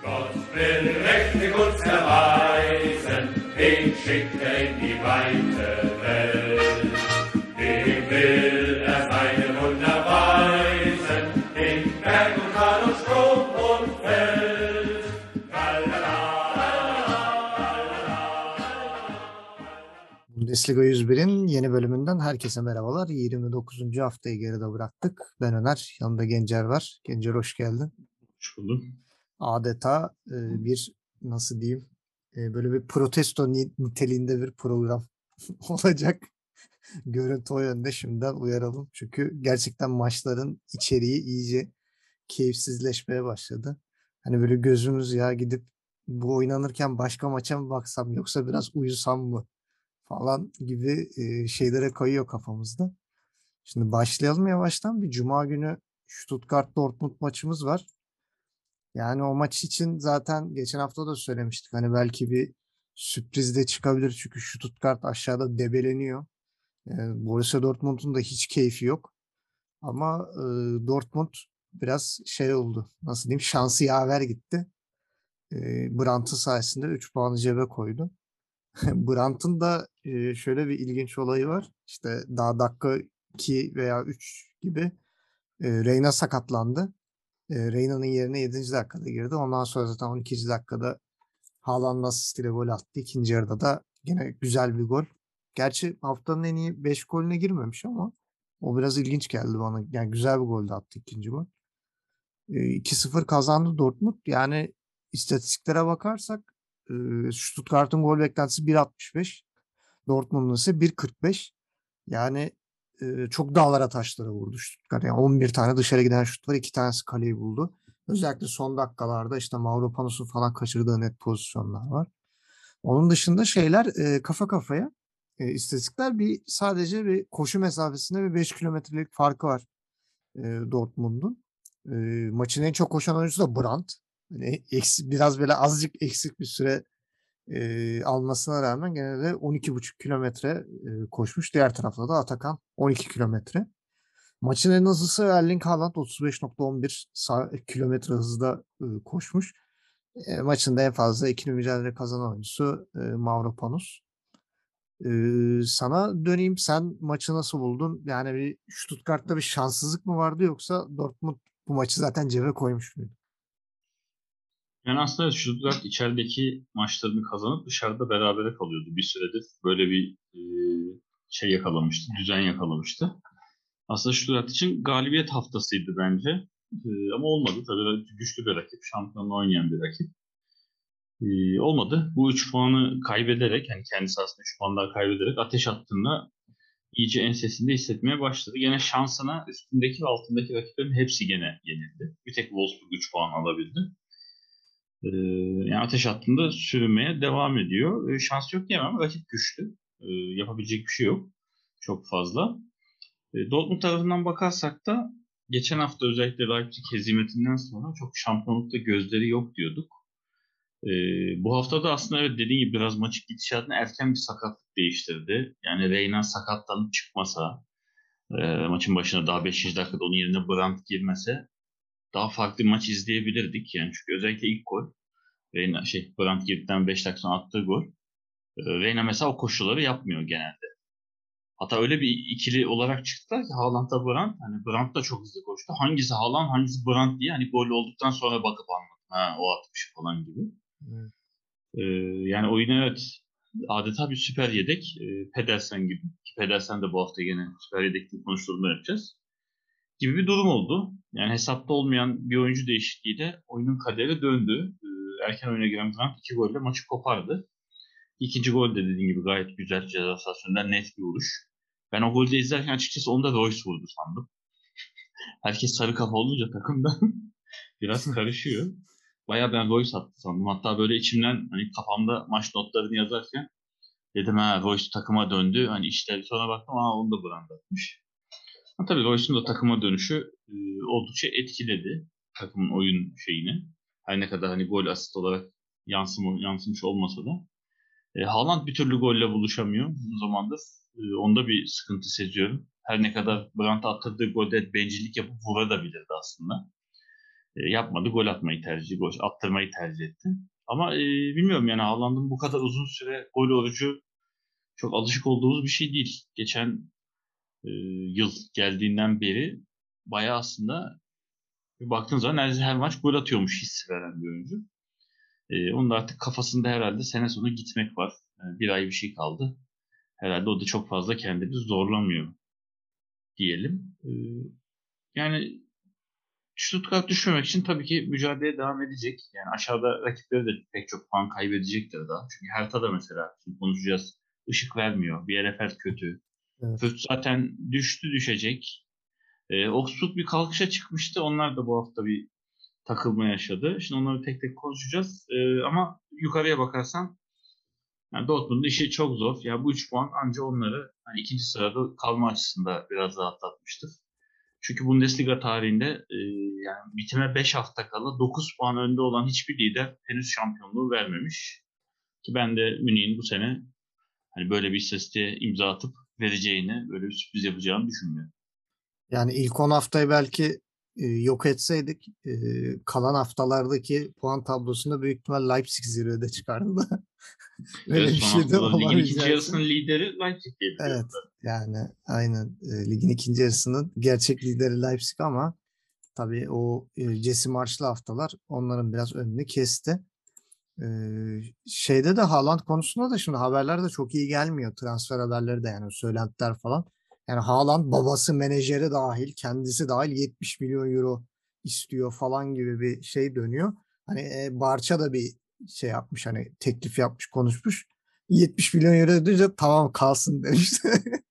Gott will mächtig uns erweisen, den schickt er in die weite Welt. Dem will er seine Wunder weisen, in Berg und Tal und Strom und Feld. Bundesliga 101'in yeni bölümünden herkese merhabalar. 29. haftayı geride bıraktık. Ben Öner, yanımda Gencer var. Gencer hoş geldin. Hoş buldum. Adeta bir nasıl diyeyim böyle bir protesto niteliğinde bir program olacak. Görüntü o yönde, şimdiden uyaralım. Çünkü gerçekten maçların içeriği iyice keyifsizleşmeye başladı. Hani böyle gözümüz ya gidip bu oynanırken başka maça mı baksam yoksa biraz uyusam mı falan gibi şeylere kayıyor kafamızda. Şimdi başlayalım yavaştan. Bir Cuma günü Stuttgart-Dortmund maçımız var. Yani o maç için zaten geçen hafta da söylemiştik. Hani belki bir sürpriz de çıkabilir. Çünkü Stuttgart aşağıda debeleniyor. Borussia Dortmund'un da hiç keyfi yok. Ama Dortmund biraz şey oldu. Nasıl diyeyim? Şansı yaver gitti. Brandt'ın sayesinde 3 puanı cebe koydu. Brandt'ın da şöyle bir ilginç olayı var. İşte daha dakika 2 veya 3 gibi Reina sakatlandı. Reina'nın yerine 7. dakikada girdi. Ondan sonra zaten 12. dakikada Haaland'ın asistiyle gol attı. İkinci yarıda da yine güzel bir gol. Gerçi haftanın en iyi 5 golüne girmemiş ama o biraz ilginç geldi bana. Yani güzel bir gol de attı ikinci gol. 2-0 kazandı Dortmund. Yani istatistiklere bakarsak Stuttgart'ın gol beklentisi 1.65. Dortmund'un ise 1.45. Yani çok dağlara taşlara vurdu Stuttgart. Yani 11 tane dışarı giden şut var. 2 tanesi kaleyi buldu. Özellikle son dakikalarda işte Mavropanos'un falan kaçırdığı net pozisyonlar var. Onun dışında şeyler kafa kafaya. İstatistikler sadece bir koşu mesafesinde bir 5 kilometrelik farkı var Dortmund'un. Maçın en çok koşan oyuncusu da Brandt. Yani biraz böyle azıcık eksik bir süre almasına rağmen gene de 12,5 kilometre koşmuş. Diğer tarafta da Atakan 12 kilometre. Maçın en hızlısı Erling Haaland 35,11 kilometre hızda koşmuş. Maçın da en fazla ikili mücadele kazanan oyuncusu Mavropanos. Sana döneyim. Sen maçı nasıl buldun? Yani bir Stuttgart'ta bir şanssızlık mı vardı yoksa Dortmund bu maçı zaten cebe koymuş muydu? Yani aslında Stuttgart içerideki maçlarını kazanıp dışarıda berabere kalıyordu. Bir süredir böyle bir şey yakalamıştı, düzen yakalamıştı. Aslında Stuttgart için galibiyet haftasıydı bence. Ama olmadı. Tabii güçlü bir rakip, şampiyonla oynayan bir rakip. Olmadı. Bu 3 puanı kaybederek, yani kendisi aslında 3 puan daha kaybederek ateş hattında iyice ensesinde hissetmeye başladı. Gene şansına üstündeki ve altındaki rakiplerin hepsi gene yenildi. Bir tek Wolfsburg 3 puan alabildi. Yani ateş hattında sürünmeye devam ediyor. Şans yok diyemem ama rakip güçlü. Yapabilecek bir şey yok. Çok fazla. Dortmund tarafından bakarsak da geçen hafta özellikle Leipzig hezimetinden sonra çok şampiyonlukta gözleri yok diyorduk. Bu hafta da aslında evet dediğin gibi biraz maçın gidişatını erken bir sakatlık değiştirdi. Yani Reina sakatlanıp çıkmasa, maçın başına daha 5. dakikada onun yerine Brandt girmese daha farklı bir maç izleyebilirdik. Yani çünkü özellikle ilk gol Reina Brandt girdikten 5 dakika sonra attığı gol. Reina mesela o koşuları yapmıyor genelde. Hatta öyle bir ikili olarak çıktılar ki Haaland'la Brandt. Hani Brandt da çok hızlı koştu. Hangisi Haaland, hangisi Brandt diye hani gol olduktan sonra bakıp anladım. Ha o atmış falan gibi. Evet. Yani oyun evet adeta bir süper yedek. Pedersen gibi. Ki Pedersen de bu hafta gene süper yedekli konuştuğunu yapacağız. Gibi bir durum oldu. Yani hesapta olmayan bir oyuncu değişikliğiyle oyunun kaderi döndü. Erken oyuna giren Brandt 2 golle maçı kopardı. İkinci gol de dediğin gibi gayet güzel ceza sahasından net bir vuruş. Ben o golde izlerken açıkçası onu da Royce vurdu sandım. Herkes sarı kafa olunca takımda biraz karışıyor. Bayağı ben Royce attı sandım. Hatta böyle içimden hani kafamda maç notlarını yazarken dedim ha Royce takıma döndü. Hani işte sonra baktım onu da Brandt atmış. Ama tabii Royce'un da takıma dönüşü oldukça etkiledi takımın oyun şeyini. Her ne kadar hani gol asist olarak yansımış olmasa da. Haaland bir türlü golle buluşamıyor uzun zamandır. Onda bir sıkıntı seziyorum. Her ne kadar Brandt'a attırdığı golde bencillik yapıp vurabilirdi aslında. Yapmadı. Gol atmayı gol attırmayı tercih etti. Ama bilmiyorum yani Haaland'ın bu kadar uzun süre gol orucu çok alışık olduğumuz bir şey değil. Geçen yıl geldiğinden beri bayağı aslında bir baktığın zaman neredeyse her maç gol atıyormuş hissi veren bir oyuncu. Onun da artık kafasında herhalde sene sonu gitmek var. Yani bir ay bir şey kaldı. Herhalde o da çok fazla kendini zorlamıyor diyelim. Yani Stuttgart düşmemek için tabii ki mücadeleye devam edecek. Yani aşağıda rakipleri de pek çok puan kaybedecektir daha. Çünkü Hertha da mesela şimdi konuşacağız. Işık vermiyor. Bielefeld kötü. Evet. Fürth zaten düşecek. Augsburg bir kalkışa çıkmıştı. Onlar da bu hafta bir takılma yaşadı. Şimdi onları tek tek konuşacağız. Ama yukarıya bakarsan yani Dortmund'un işi çok zor. Ya bu 3 puan anca onları hani ikinci sırada kalma açısında biraz rahatlatmıştır. Çünkü Bundesliga tarihinde yani bitime 5 hafta kala 9 puan önde olan hiçbir lider henüz şampiyonluğu vermemiş. Ki ben de Münih'in bu sene hani böyle bir istatistiğe imza atıp vereceğini, böyle bir sürpriz yapacağını düşünmüyorum. Yani ilk 10 haftayı belki yok etseydik kalan haftalardaki puan tablosunda büyük ihtimal Leipzig zirvede çıkardı da Evet, öyle bir son şey de haftada ligin ikinci olamayacağı için. yarısının lideri Leipzig diye biliyorum Evet, ben. yani aynen ligin ikinci yarısının gerçek lideri Leipzig ama tabii o Jesse Marş'lı haftalar onların biraz önünü kesti. Şeyde de Haaland konusunda da şimdi haberler de çok iyi gelmiyor. Transfer haberleri de yani söylentiler falan. Yani Haaland babası menajeri dahil kendisi dahil 70 milyon euro istiyor falan gibi bir şey dönüyor. Hani Barça da bir şey yapmış hani teklif yapmış konuşmuş. 70 milyon euro ödeyince tamam kalsın demişti.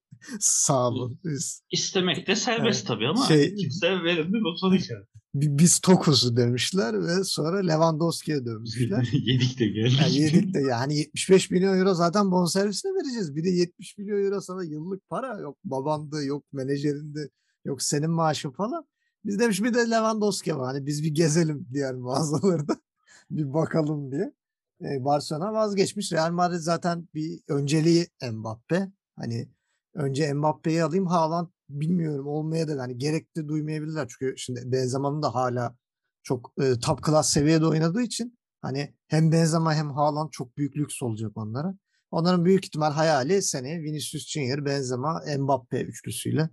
Sağ olun. İstemek de serbest tabii ama Şey hani kimse verir mi o soru işareti. biz Tokuz'u demişler ve sonra Lewandowski'ye dönmüşler. Yedik de Yani geldik. yedik de yani 75 milyon euro zaten bonservisine vereceğiz. Bir de 70 milyon euro sana yıllık para. Yok babandı, yok menajerindi, yok senin maaşın falan. Biz demiş bir de Lewandowski var. Hani biz bir gezelim diğer mağazalarda. Bir bakalım diye. Barcelona vazgeçmiş. Real Madrid zaten bir önceliği Mbappe. Hani önce Mbappe'yi alayım. Haaland bilmiyorum olmaya da yani gerek de duymayabilirler. Çünkü şimdi Benzema'nın da hala çok top class seviyede oynadığı için hani hem Benzema hem Haaland çok büyük lüks olacak onlara. Onların büyük ihtimal hayali seneye Vinicius Junior, Benzema, Mbappe üçlüsüyle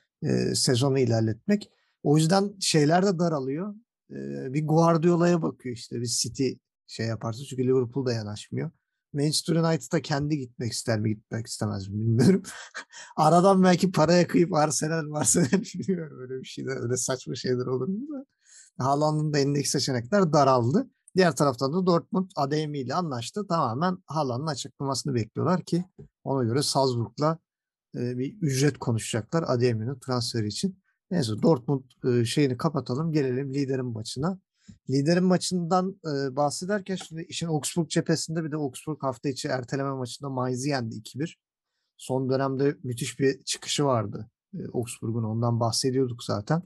sezonu ilerletmek. O yüzden şeyler de daralıyor. Bir Guardiola'ya bakıyor işte bir City şey yaparsa çünkü Liverpool da yanaşmıyor. Manchester United'a kendi gitmek ister mi gitmek istemez mi bilmiyorum. Aradan belki paraya kıyıp Arsenal bilmiyorum öyle bir şeyler öyle saçma şeyler olur mu da. Haaland'ın da elindeki seçenekler daraldı. Diğer taraftan da Dortmund Adeyemi ile anlaştı. Tamamen Haaland'ın açıklamasını bekliyorlar ki ona göre Salzburg'la bir ücret konuşacaklar Adeyemi'nin transferi için. Neyse Dortmund şeyini kapatalım. Gelelim liderin maçına. Liderin maçından bahsederken şimdi işin Augsburg cephesinde bir de Augsburg hafta içi erteleme maçında Mainz'i yendi 2-1. Son dönemde müthiş bir çıkışı vardı Augsburg'un. Ondan bahsediyorduk zaten.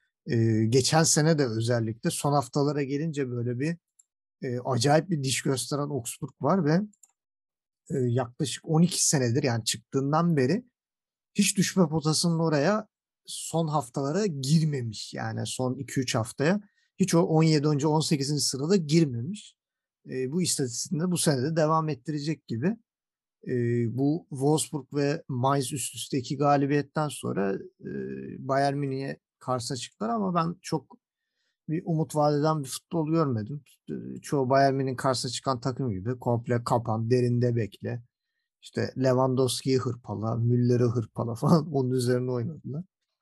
Geçen sene de özellikle son haftalara gelince böyle bir acayip bir diş gösteren Augsburg var ve yaklaşık 12 senedir yani çıktığından beri hiç düşme potasının oraya son haftalara girmemiş. Yani son 2-3 haftaya hiç o 17 önce 18. sırada girmemiş. Bu istatistiğinde bu sene de devam ettirecek gibi. Bu Wolfsburg ve Mainz üst üste 2 galibiyetten sonra Bayern Münih'e karşı çıktılar ama ben çok bir umut vadeden bir futbol görmedim. Çoğu Bayern Münih'in karşısına çıkan takım gibi komple kapan, derinde bekle. İşte Lewandowski'yi hırpala, Müller'i hırpala falan onun üzerine oynadılar.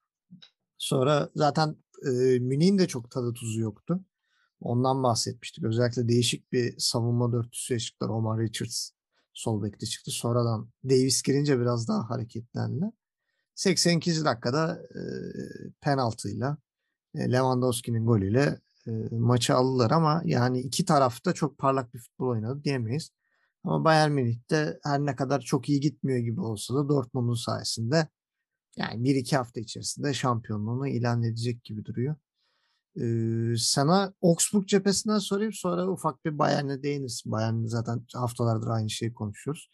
Sonra zaten Münih'in de çok tadı tuzu yoktu. Ondan bahsetmiştik. Özellikle değişik bir savunma dörtlüsü yaşadılar. Omar Richards sol bekte çıktı. Sonradan Davis girince biraz daha hareketlendi. 82. dakikada penaltıyla Lewandowski'nin golüyle maçı aldılar ama yani iki tarafta çok parlak bir futbol oynadı diyemeyiz. Ama Bayern Münih'te her ne kadar çok iyi gitmiyor gibi olsa da Dortmund'un sayesinde yani bir iki hafta içerisinde şampiyonluğunu ilan edecek gibi duruyor. Sana Augsburg cephesinden sorayım sonra ufak bir Bayern'e değinirsin. Bayern'le zaten haftalardır aynı şeyi konuşuyoruz.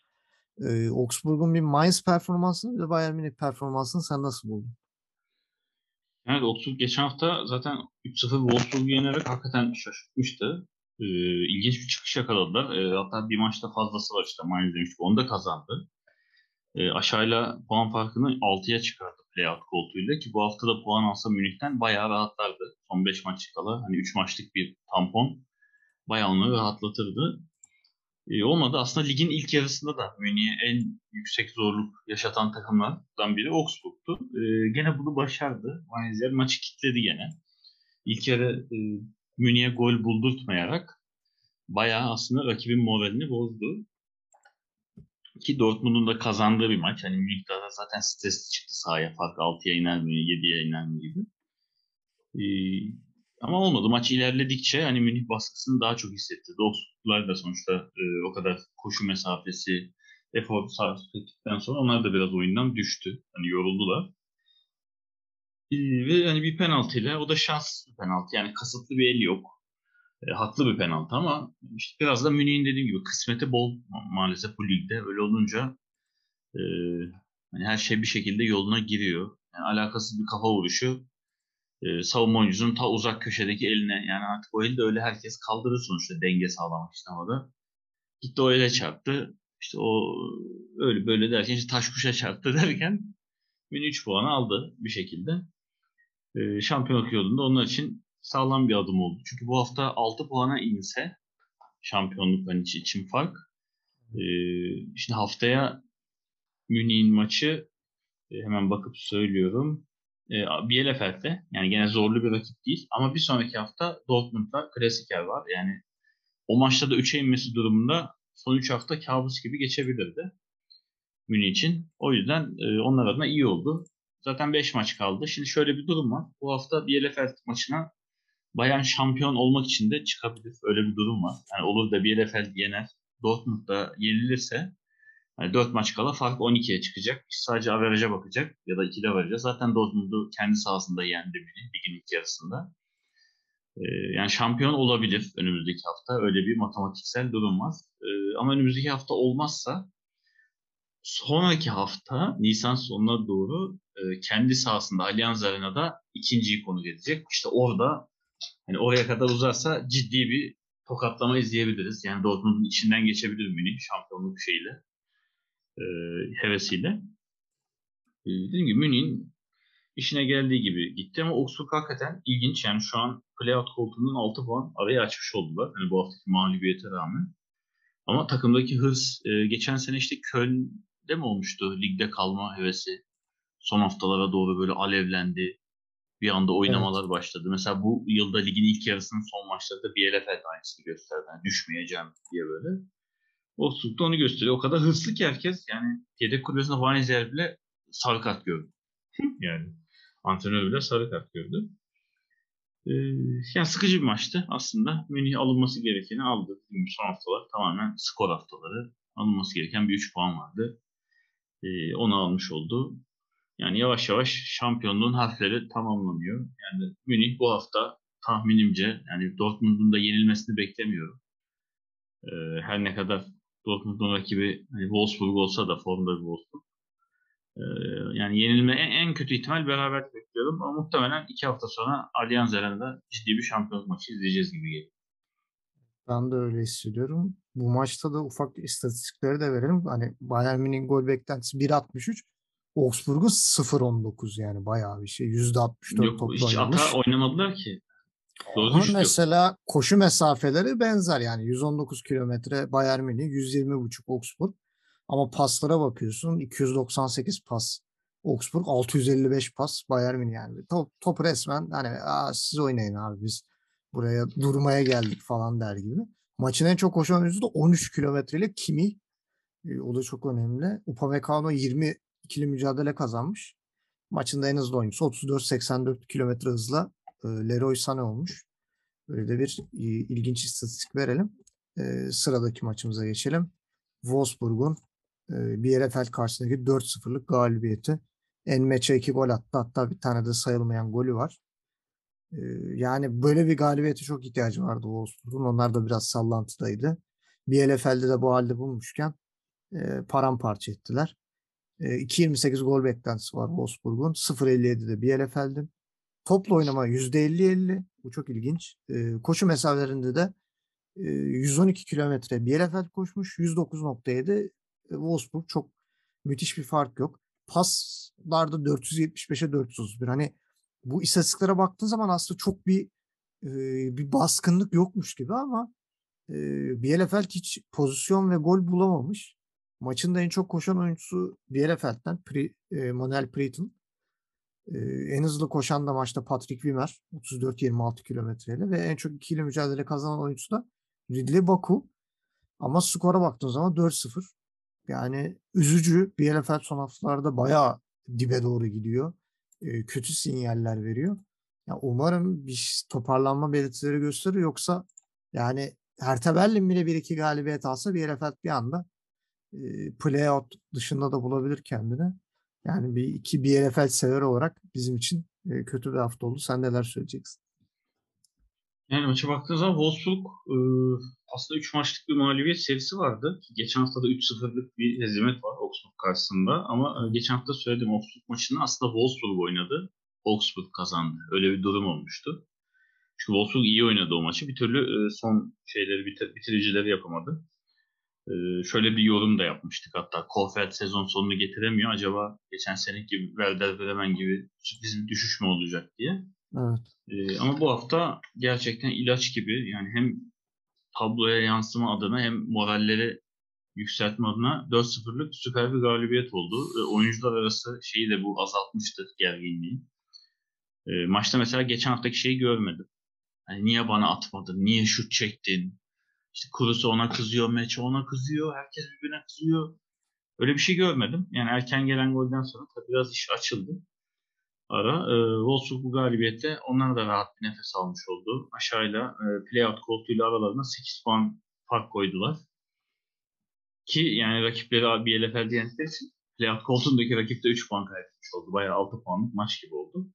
Augsburg'un bir Mainz performansını bir de Bayern Münih performansını sen nasıl buldun? Evet, Augsburg geçen hafta zaten 3-0 Wolfsburg'u yenerek hakikaten şaşırtmıştı. İlginç bir çıkış yakaladılar. Hatta bir maçta fazlası var işte. Mainz demiştik. Onu da kazandı. Aşağıyla puan farkını 6'ya çıkardı playout koltuğuyla ki bu hafta da puan alsa Münih'ten bayağı rahatlardı. Son 5 maç kala hani 3 maçlık bir tampon bayağı onları rahatlatırdı. Olmadı. Aslında ligin ilk yarısında da Münih'e en yüksek zorluk yaşatan takımlardan biri Augsburg'tu. Gene bunu başardı. Mainzer maçı kilitledi gene. İlk yarı Münih'e gol buldurtmayarak bayağı aslında rakibin moralini bozdu. Ki Dortmund'un da kazandığı bir maç. Hani Münih daha zaten stresli çıktı sahaya. Fark 6'ya iner mi, 7'ye iner mi gibi. Ama olmadı. Maç ilerledikçe hani Münih baskısını daha çok hissettirdi. Augsburglar da sonuçta o kadar koşu mesafesi, efor sarf ettikten sonra onlar da biraz oyundan düştü. Hani yoruldular. Ve hani bir penaltıyla, o da şanslı bir penaltı. Yani kasıtlı bir el yok. Haklı bir penaltı ama işte biraz da Münih'in dediğim gibi kısmeti bol maalesef bu ligde. Öyle olunca e, hani her şey bir şekilde yoluna giriyor. Yani alakasız bir kafa vuruşu savunma oyuncusunun ta uzak köşedeki eline, yani artık o eli de öyle herkes kaldırır sonuçta denge sağlamak için havada. Gitti o ele çarptı. İşte o öyle böyle derken işte taş kuşa çarptı derken Münih 3 puanı aldı bir şekilde. Şampiyonluk yolunda onlar için sağlam bir adım oldu. Çünkü bu hafta 6 puana inse şampiyonluk hani için fark. Şimdi haftaya Münih'in maçı hemen bakıp söylüyorum. Bielefeld'de, yani gene zorlu bir rakip değil ama bir sonraki hafta Dortmund'da Klassiker var. Yani o maçta da 3'e inmesi durumunda son 3 hafta kabus gibi geçebilirdi Münih için. O yüzden onlar adına iyi oldu. Zaten 5 maç kaldı. Şimdi şöyle bir durum var. Bu hafta Bielefeld maçına Bayern şampiyon olmak için de çıkabilir. Öyle bir durum var. Yani olur da Bielefeld yener, Dortmund da yenilirse yani 4 maç kala fark 12'ye çıkacak. Biz sadece averaja bakacak ya da ikili averaja. Zaten Dortmund'u kendi sahasında yendi Münih ligin ilk yarısında. Yani şampiyon olabilir önümüzdeki hafta. Öyle bir matematiksel durum var. Ama önümüzdeki hafta olmazsa sonraki hafta Nisan sonuna doğru kendi sahasında Allianz Arena'da ikinciyi konuk edecek. İşte orada hani oraya kadar uzarsa ciddi bir tokatlama izleyebiliriz. Yani Dortmund'un içinden geçebilir Münih şampiyonluk şeyiyle, e, hevesiyle. Dediğim gibi Münih'in işine geldiği gibi gitti ama Augsburg hakikaten ilginç. Yani şu an playout koltuğundan 6 puan arayı açmış oldular. Hani bu haftaki mağlubiyete rağmen. Ama takımdaki hırs geçen sene işte Köln'de mi olmuştu ligde kalma hevesi? Son haftalara doğru böyle alevlendi. Bir anda Evet. oynamalar başladı. Mesela bu yılda ligin ilk yarısının son maçlarında Bielefeld aynısını gösterdi. Yani düşmeyeceğim diye böyle. Augsburg da onu gösteriyor. O kadar hırslı ki herkes, yani yedek kulübesinde Vanizer bile sarı kart gördü. Yani antrenör bile sarı kart gördü. Ee, Yani sıkıcı bir maçtı aslında. Münih alınması gerekeni aldı. Şimdi son haftalar tamamen skor haftaları. Alınması gereken bir 3 puan vardı. Onu almış oldu. Yani yavaş yavaş şampiyonluğun harfleri tamamlanıyor. Yani Münih bu hafta tahminimce yani Dortmund'un da yenilmesini beklemiyorum. Her ne kadar Dortmund'un rakibi hani Wolfsburg olsa da formda bir Wolfsburg. Ee, Yani yenilme en kötü ihtimal beraberlik bekliyorum ama muhtemelen 2 hafta sonra Allianz Arena'da ciddi bir şampiyonluk maçı izleyeceğiz gibi geliyor. Ben de öyle hissediyorum. Bu maçta da ufak istatistikleri de verelim. Hani Bayern Münih'in gol beklentisi 1.63. Augsburg'un 0.19 yani bayağı bir şey. %64 Yok, toplu hiç ata oynamış. oynamadılar ki. Doğru Ama şut yok. mesela koşu mesafeleri benzer yani 119 kilometre Bayern Münih, 120,5 Augsburg. Ama paslara bakıyorsun 298 pas Augsburg, 655 pas Bayern Münih yani. Top resmen hani siz oynayın abi biz buraya durmaya geldik falan der gibi. Maçın en çok koşan oyuncusu da 13 kilometrelik Kimi. O da çok önemli. Upamecano 20 ikili mücadele kazanmış. Maçın da en hızlı oyuncusu 34-84 kilometre hızla Leroy Sané olmuş. Böyle de bir ilginç istatistik verelim. Sıradaki maçımıza geçelim. Wolfsburg'un Bielefeld karşısındaki 4-0'lık galibiyeti. En-Nesyri 2 gol attı. Hatta bir tane de sayılmayan golü var. E, Yani böyle bir galibiyete çok ihtiyacı vardı Wolfsburg'un. Onlar da biraz sallantıdaydı. Bielefeld'i de bu halde bulmuşken paramparça ettiler. 2.28 gol beklentisi var Wolfsburg'un. 0.57'de Bielefeld'in. topla oynama %50-50. Bu çok ilginç. Koşu mesafelerinde de 112 kilometre Bielefeld koşmuş. 109.7 Wolfsburg. Çok müthiş bir fark yok. Paslarda 475'e 431. Hani bu istatistiklere baktığın zaman aslında çok bir baskınlık yokmuş gibi ama Bielefeld hiç pozisyon ve gol bulamamış. Maçın da en çok koşan oyuncusu Bielefeld'den Manuel Preetl. En hızlı koşan da maçta Patrick Wimmer 34-26 kilometreyle ve en çok ikili mücadele kazanan oyuncusu da Ridley Baku. Ama skora baktığın zaman 4-0. Yani üzücü. Bielefeld son haftalarda bayağı dibe doğru gidiyor. Kötü sinyaller veriyor. Ya umarım bir toparlanma belirtileri gösterir, yoksa yani Hertha Berlin bile 1-2 galibiyet alsa Bielefeld bir anda playout dışında da bulabilir kendini. Yani iki Bielefeld sever olarak bizim için kötü bir hafta oldu. Sen neler söyleyeceksin? Yani maça baktığın zaman Wolfsburg aslında 3 maçlık bir mağlubiyet serisi vardı. Geçen hafta da 3-0'lık bir hezimet var Augsburg karşısında. Ama geçen hafta söylediğim Augsburg maçını aslında Wolfsburg oynadı. Augsburg kazandı. Öyle bir durum olmuştu. Çünkü Wolfsburg iyi oynadı o maçı. Bir türlü son şeyleri bitiricileri yapamadı. Şöyle bir yorum da yapmıştık hatta. Kofeld sezon sonunu getiremiyor. Acaba geçen seneki gibi Werder Bremen gibi sürpriz bir düşüş mü olacak diye. Evet. Ama bu hafta gerçekten ilaç gibi, yani hem tabloya yansıma adına hem moralleri yükseltme adına 4-0'lık süper bir galibiyet oldu. Oyuncular arası şeyi de bu azaltmıştır, gerginliği. Maçta mesela geçen haftaki şeyi görmedim. Yani niye bana atmadın, niye şut çektin? İşte Kurusu ona kızıyor, Meçe ona kızıyor, herkes birbirine kızıyor. Öyle bir şey görmedim. Yani erken gelen golden sonra tabii biraz iş açıldı. Wolfsburg bu galibiyette onlar da rahat bir nefes almış oldu. Aşağıyla playout koltuğuyla aralarına 8 puan fark koydular. Ki yani rakipleri Bielefeld'i yendikleri için playout koltuğundaki rakip de 3 puan kaybetmiş oldu. Bayağı 6 puanlık maç gibi oldu.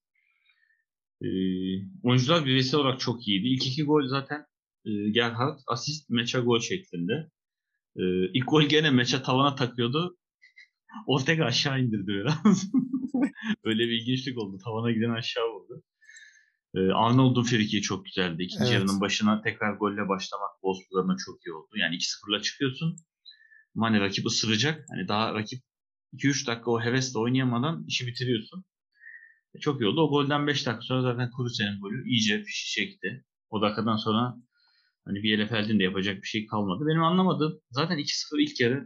Oyuncular bireysel olarak çok iyiydi. İlk iki gol zaten Gerhard asist, Meça gol şeklinde. İlk gol gene Meça tavana takıyordu. Ortega aşağı indirdi biraz. Öyle bir ilginçlik oldu. Tavana giden aşağı vurdu. Arnold'un friki çok güzeldi. İkinci yarının başına tekrar golle başlamak Wolfsburg adına çok iyi oldu. Yani 2-0'la çıkıyorsun. Ama hani rakip ısıracak. Hani daha rakip 2-3 dakika o hevesle oynayamadan işi bitiriyorsun. Çok iyi oldu. O golden 5 dakika sonra zaten Kuruse'nin golü iyice fişi çekti. O dakikadan sonra hani Bielefeld'in de yapacak bir şey kalmadı. Benim anlamadığım, zaten 2-0 ilk yarı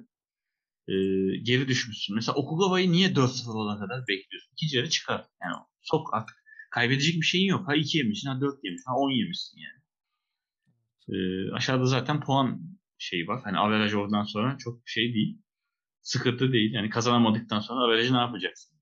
geri düşmüşsün. Mesela Okugawa'yı niye 4-0 olana kadar bekliyorsun? İkinci yarı çıkar. Yani sok artık. Kaybedecek bir şeyin yok. Ha 2 yemişsin, ha 4 yemişsin, ha 10 yemişsin yani. Aşağıda zaten puan şeyi var. Hani averaj oradan sonra çok şey değil. Sıkıntı değil. Yani kazanamadıktan sonra averajı ne yapacaksın?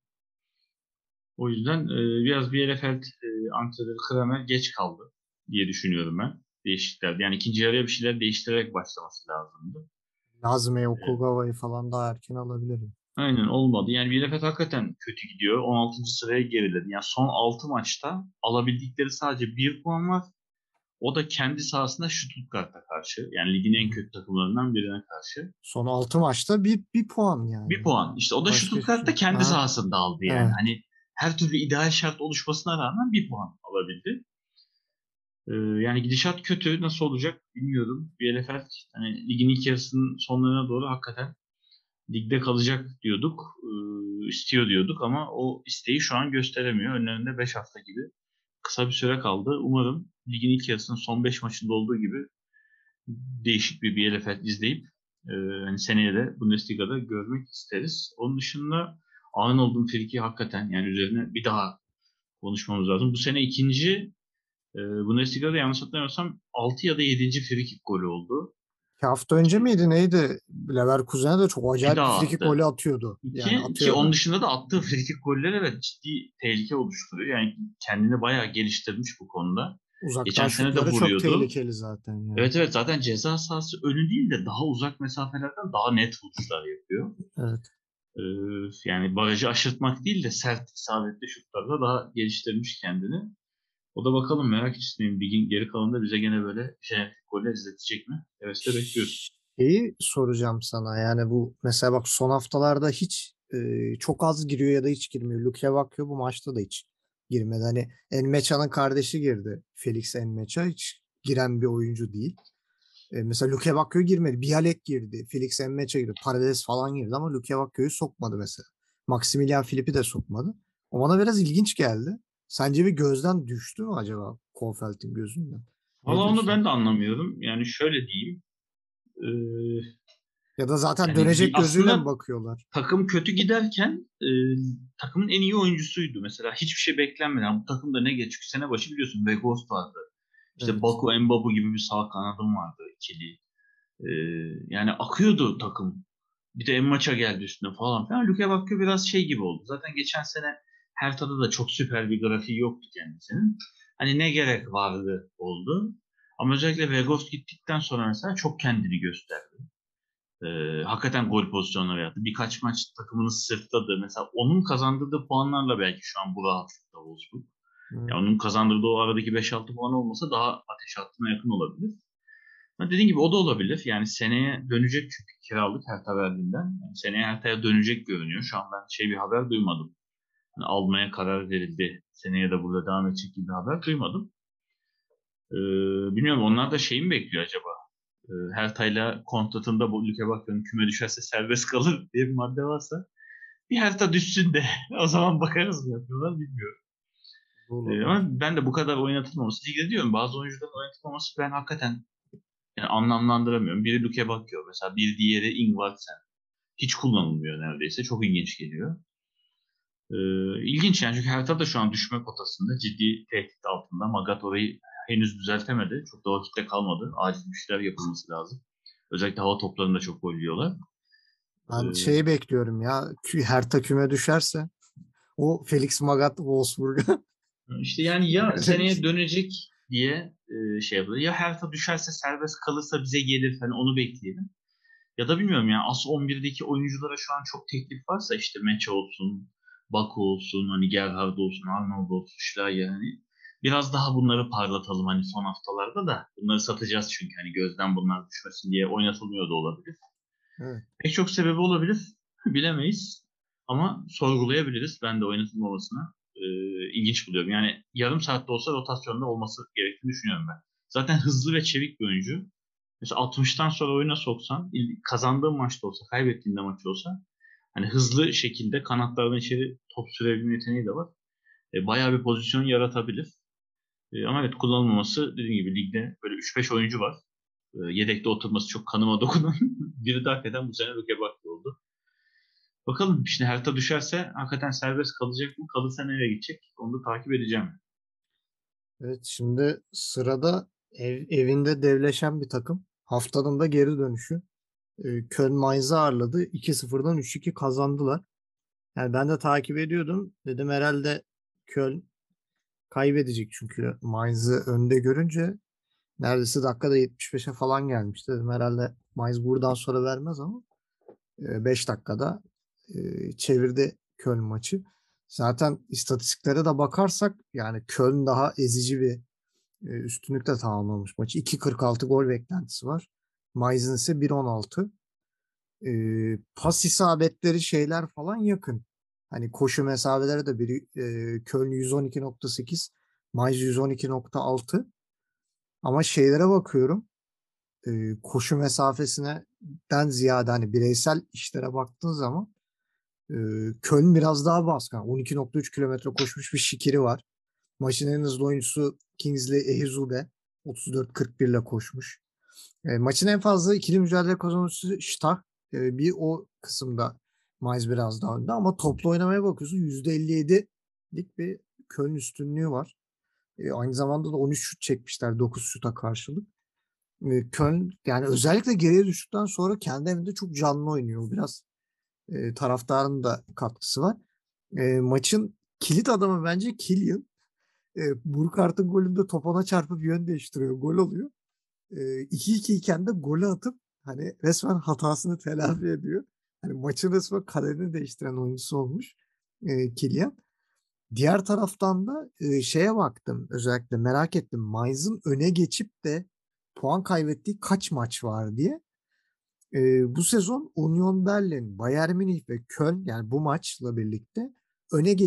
O yüzden biraz Bielefeld antrenörü Kramer geç kaldı diye düşünüyorum ben. Değişiklikler. Yani ikinci yarıya bir şeyler değiştirerek başlaması lazımdı. Nazmi Okugawa'yı falan daha erken alabilirim. Aynen, olmadı. Yani Bielefeld hakikaten kötü gidiyor. 16. sıraya geriledi. Yani son 6 maçta alabildikleri sadece 1 puan var. O da kendi sahasında Stuttgart'a karşı. Yani ligin en kötü takımlarından birine karşı. Son 6 maçta bir puan yani. 1 puan. İşte o da Başka Stuttgart'ta hiçbir şey. kendi sahasında aldı yani. Evet. Hani her türlü ideal şart oluşmasına rağmen 1 puan alabildi. Yani gidişat kötü. Nasıl olacak bilmiyorum. Bielefeld hani ligin ilk yarısının sonlarına doğru hakikaten ligde kalacak diyorduk. İstiyor diyorduk ama o isteği şu an gösteremiyor. Önlerinde 5 hafta gibi kısa bir süre kaldı. Umarım ligin ilk yarısının son 5 maçında olduğu gibi değişik bir Bielefeld izleyip hani seneye de Bundesliga'da görmek isteriz. Onun dışında Arnold'un friki hakikaten yani üzerine bir daha konuşmamız lazım. Bu sene ikinci Bundesliga'da yanlış hatırlamıyorsam 6 ya da 7. frikik golü oldu. 2 hafta önce miydi neydi? Leverkusen'e de çok acayip bir frikik golü atıyordu. Yani Ki atıyordu. onun dışında da attığı frikik golleri evet ciddi tehlike oluşturuyor. Yani kendini bayağı geliştirmiş bu konuda. Uzaktan Geçen sene de şutları çok vuruyordu. tehlikeli zaten. Yani. Evet zaten ceza sahası önü değil de daha uzak mesafelerden daha net vuruşlar yapıyor. Evet. Yani barajı aşırtmak değil de sert isabetli şutlarla daha geliştirmiş kendini. O da bakalım, merak içindeyim. Ligin geri kalanında bize gene böyle jenerik golle izletecek mi? Hevesle bekliyoruz. Şeyi soracağım sana, yani bu mesela bak son haftalarda hiç çok az giriyor ya da hiç girmiyor. Luke bakıyor, bu maçta da hiç girmedi. Hani Enmecha'nın kardeşi girdi. Felix Enmecha hiç giren bir oyuncu değil. Mesela Luke Bakio girmedi. Bialek girdi. Felix Enmecha girdi. Paredes falan girdi ama Luke Bakio'yu sokmadı mesela. Maximilian Philippi de sokmadı. O bana biraz ilginç geldi. Sence bir gözden düştü mü acaba Kohlfeld'in gözünden? Ne Valla onu diyorsun? ben de anlamıyorum. Yani şöyle diyeyim. e, Ya da zaten Yani dönecek gözüyle mi aslında bakıyorlar? takım kötü giderken takımın en iyi oyuncusuydu. Mesela hiçbir şey beklenmeden bu takımda ne geç? Çünkü sene başı biliyorsun Weghorst vardı. İşte Evet. Baku Mbabu gibi bir sağ kanadım vardı ikili. E, Yani akıyordu takım. Bir de Emmaça geldi üstüne falan filan. Luke Bakio biraz şey gibi oldu. Zaten geçen sene Hertha'da da çok süper bir grafiği yoktu kendisinin. Hani ne gerek vardı oldu. Ama özellikle Weghorst gittikten sonra mesela çok kendini gösterdi. Hakikaten gol pozisyonları yaptı. Birkaç maç takımını sırtladı. Mesela onun kazandırdığı puanlarla belki şu an bu rahatlıkta Wolfsburg. Ya Evet. onun kazandırdığı o aradaki 5-6 puan olmasa daha ateş hattına yakın olabilir. Ama dediğim gibi o da olabilir. Yani seneye dönecek çünkü kiralık Hertha Berlin'den. Yani seneye Hertha'ya dönecek görünüyor. Şu an ben bir haber duymadım. Yani almaya karar verildi. Seneye de burada devam edecek gibi bir haber duymadım. Bilmiyorum onlar da şeyi mi bekliyor acaba? Hertha'yla kontratında bu Luke Bakio'nun küme düşerse serbest kalır diye bir madde varsa bir Hertha düşsün de o zaman bakarız mı yapıyorlar bilmiyorum. Olabilir. Ama ben de bu kadar oynatılmaması dikkat ediyorum. Bazı oyuncuların oynatılmaması ben hakikaten yani anlamlandıramıyorum. Biri Luke Bakio mesela bir diğeri Ingvartsen. Hiç kullanılmıyor neredeyse. Çok ilginç geliyor. İlginç yani çünkü Hertha da şu an düşme potasında ciddi tehdit altında. Magath orayı henüz düzeltemedi. Çok da vakitte kalmadı. Acil bir şeyler yapılması lazım. Özellikle hava toplarında çok gol yiyorlar. Ben Ee, şeyi bekliyorum ya. Hertha küme düşerse o Felix Magath Wolfsburg'a. işte yani ya Yani seneye dönecek diye şey yapılır. Ya Hertha düşerse serbest kalırsa bize gelir. Hani onu bekleyelim. Ya da bilmiyorum yani As 11'deki oyunculara şu an çok teklif varsa işte Meç olsun, Baku olsun, hani Gerhard olsun, Arnold olsun, Şlay yani. Biraz daha bunları parlatalım hani son haftalarda da. Bunları satacağız çünkü hani gözden bunlar düşmesin diye oynatılmıyor da olabilir. evet. Pek çok sebebi olabilir. Bilemeyiz. Ama sorgulayabiliriz. Ben de oynatılmamasını ilginç buluyorum. Yani yarım saatte olsa rotasyonda olması gerektiğini düşünüyorum ben. Zaten hızlı ve çevik bir oyuncu. Mesela 60'tan sonra oyuna soksan, kazandığın maçta olsa, kaybettiğinde maç olsa, hani hızlı şekilde kanatlardan içeri top sürebilme yeteneği de var. Bayağı bir pozisyon yaratabilir. Ama evet kullanılmaması dediğim gibi ligde böyle 3-5 oyuncu var. Yedekte oturması çok kanıma dokunan. Biri de hakikaten bu sene Luke Bakio oldu. Bakalım işte Hertha düşerse hakikaten serbest kalacak mı? Kalırsa nereye gidecek? Onu da takip edeceğim. Evet, şimdi sırada evinde devleşen bir takım. Haftanın da geri dönüşü. Köln Mainz'ı ağırladı. 2-0'dan 3-2 kazandılar. Yani ben de takip ediyordum. Dedim herhalde Köln kaybedecek çünkü Mainz'ı önde görünce neredeyse dakikada 75'e falan gelmişti. Dedim herhalde Mainz buradan sonra vermez ama 5 dakikada çevirdi Köln maçı. Zaten istatistiklere de bakarsak yani Köln daha ezici bir üstünlükle tamamlamış maçı. 2.46 gol beklentisi var. Mainz'in ise 1.16. Pas isabetleri şeyler falan yakın. Hani koşu mesafeleri de biri Köln 112.8, Mainz 112.6. Ama şeylere bakıyorum. Koşu mesafesinden ziyade hani bireysel işlere baktığın zaman e, Köln biraz daha baskın. 12.3 kilometre koşmuş bir Şikiri var. Maçın en hızlı oyuncusu Kingsley Ehizube 34.41 ile koşmuş. Maçın en fazla ikili mücadele kazanıcısı Stach. Bir o kısımda Mainz biraz daha önde ama toplu oynamaya bakıyorsun %57'lik bir Köln üstünlüğü var. Aynı zamanda da 13 şut çekmişler 9 şuta karşılık. Köln yani özellikle geriye düştükten sonra kendi evinde çok canlı oynuyor. Biraz taraftarın da katkısı var. Maçın kilit adamı bence Kylian. Burkart'ın golünde top ona çarpıp yön değiştiriyor. Gol oluyor. 2-2 iken de golü atıp hani resmen hatasını telafi ediyor. Hani maçın resmen kaderini değiştiren oyuncusu olmuş Kylian. Diğer taraftan da şeye baktım özellikle merak ettim. Mainz'ın öne geçip de puan kaybettiği kaç maç var diye. Bu sezon Union Berlin, Bayern Münih ve Köln yani bu maçla birlikte öne geçip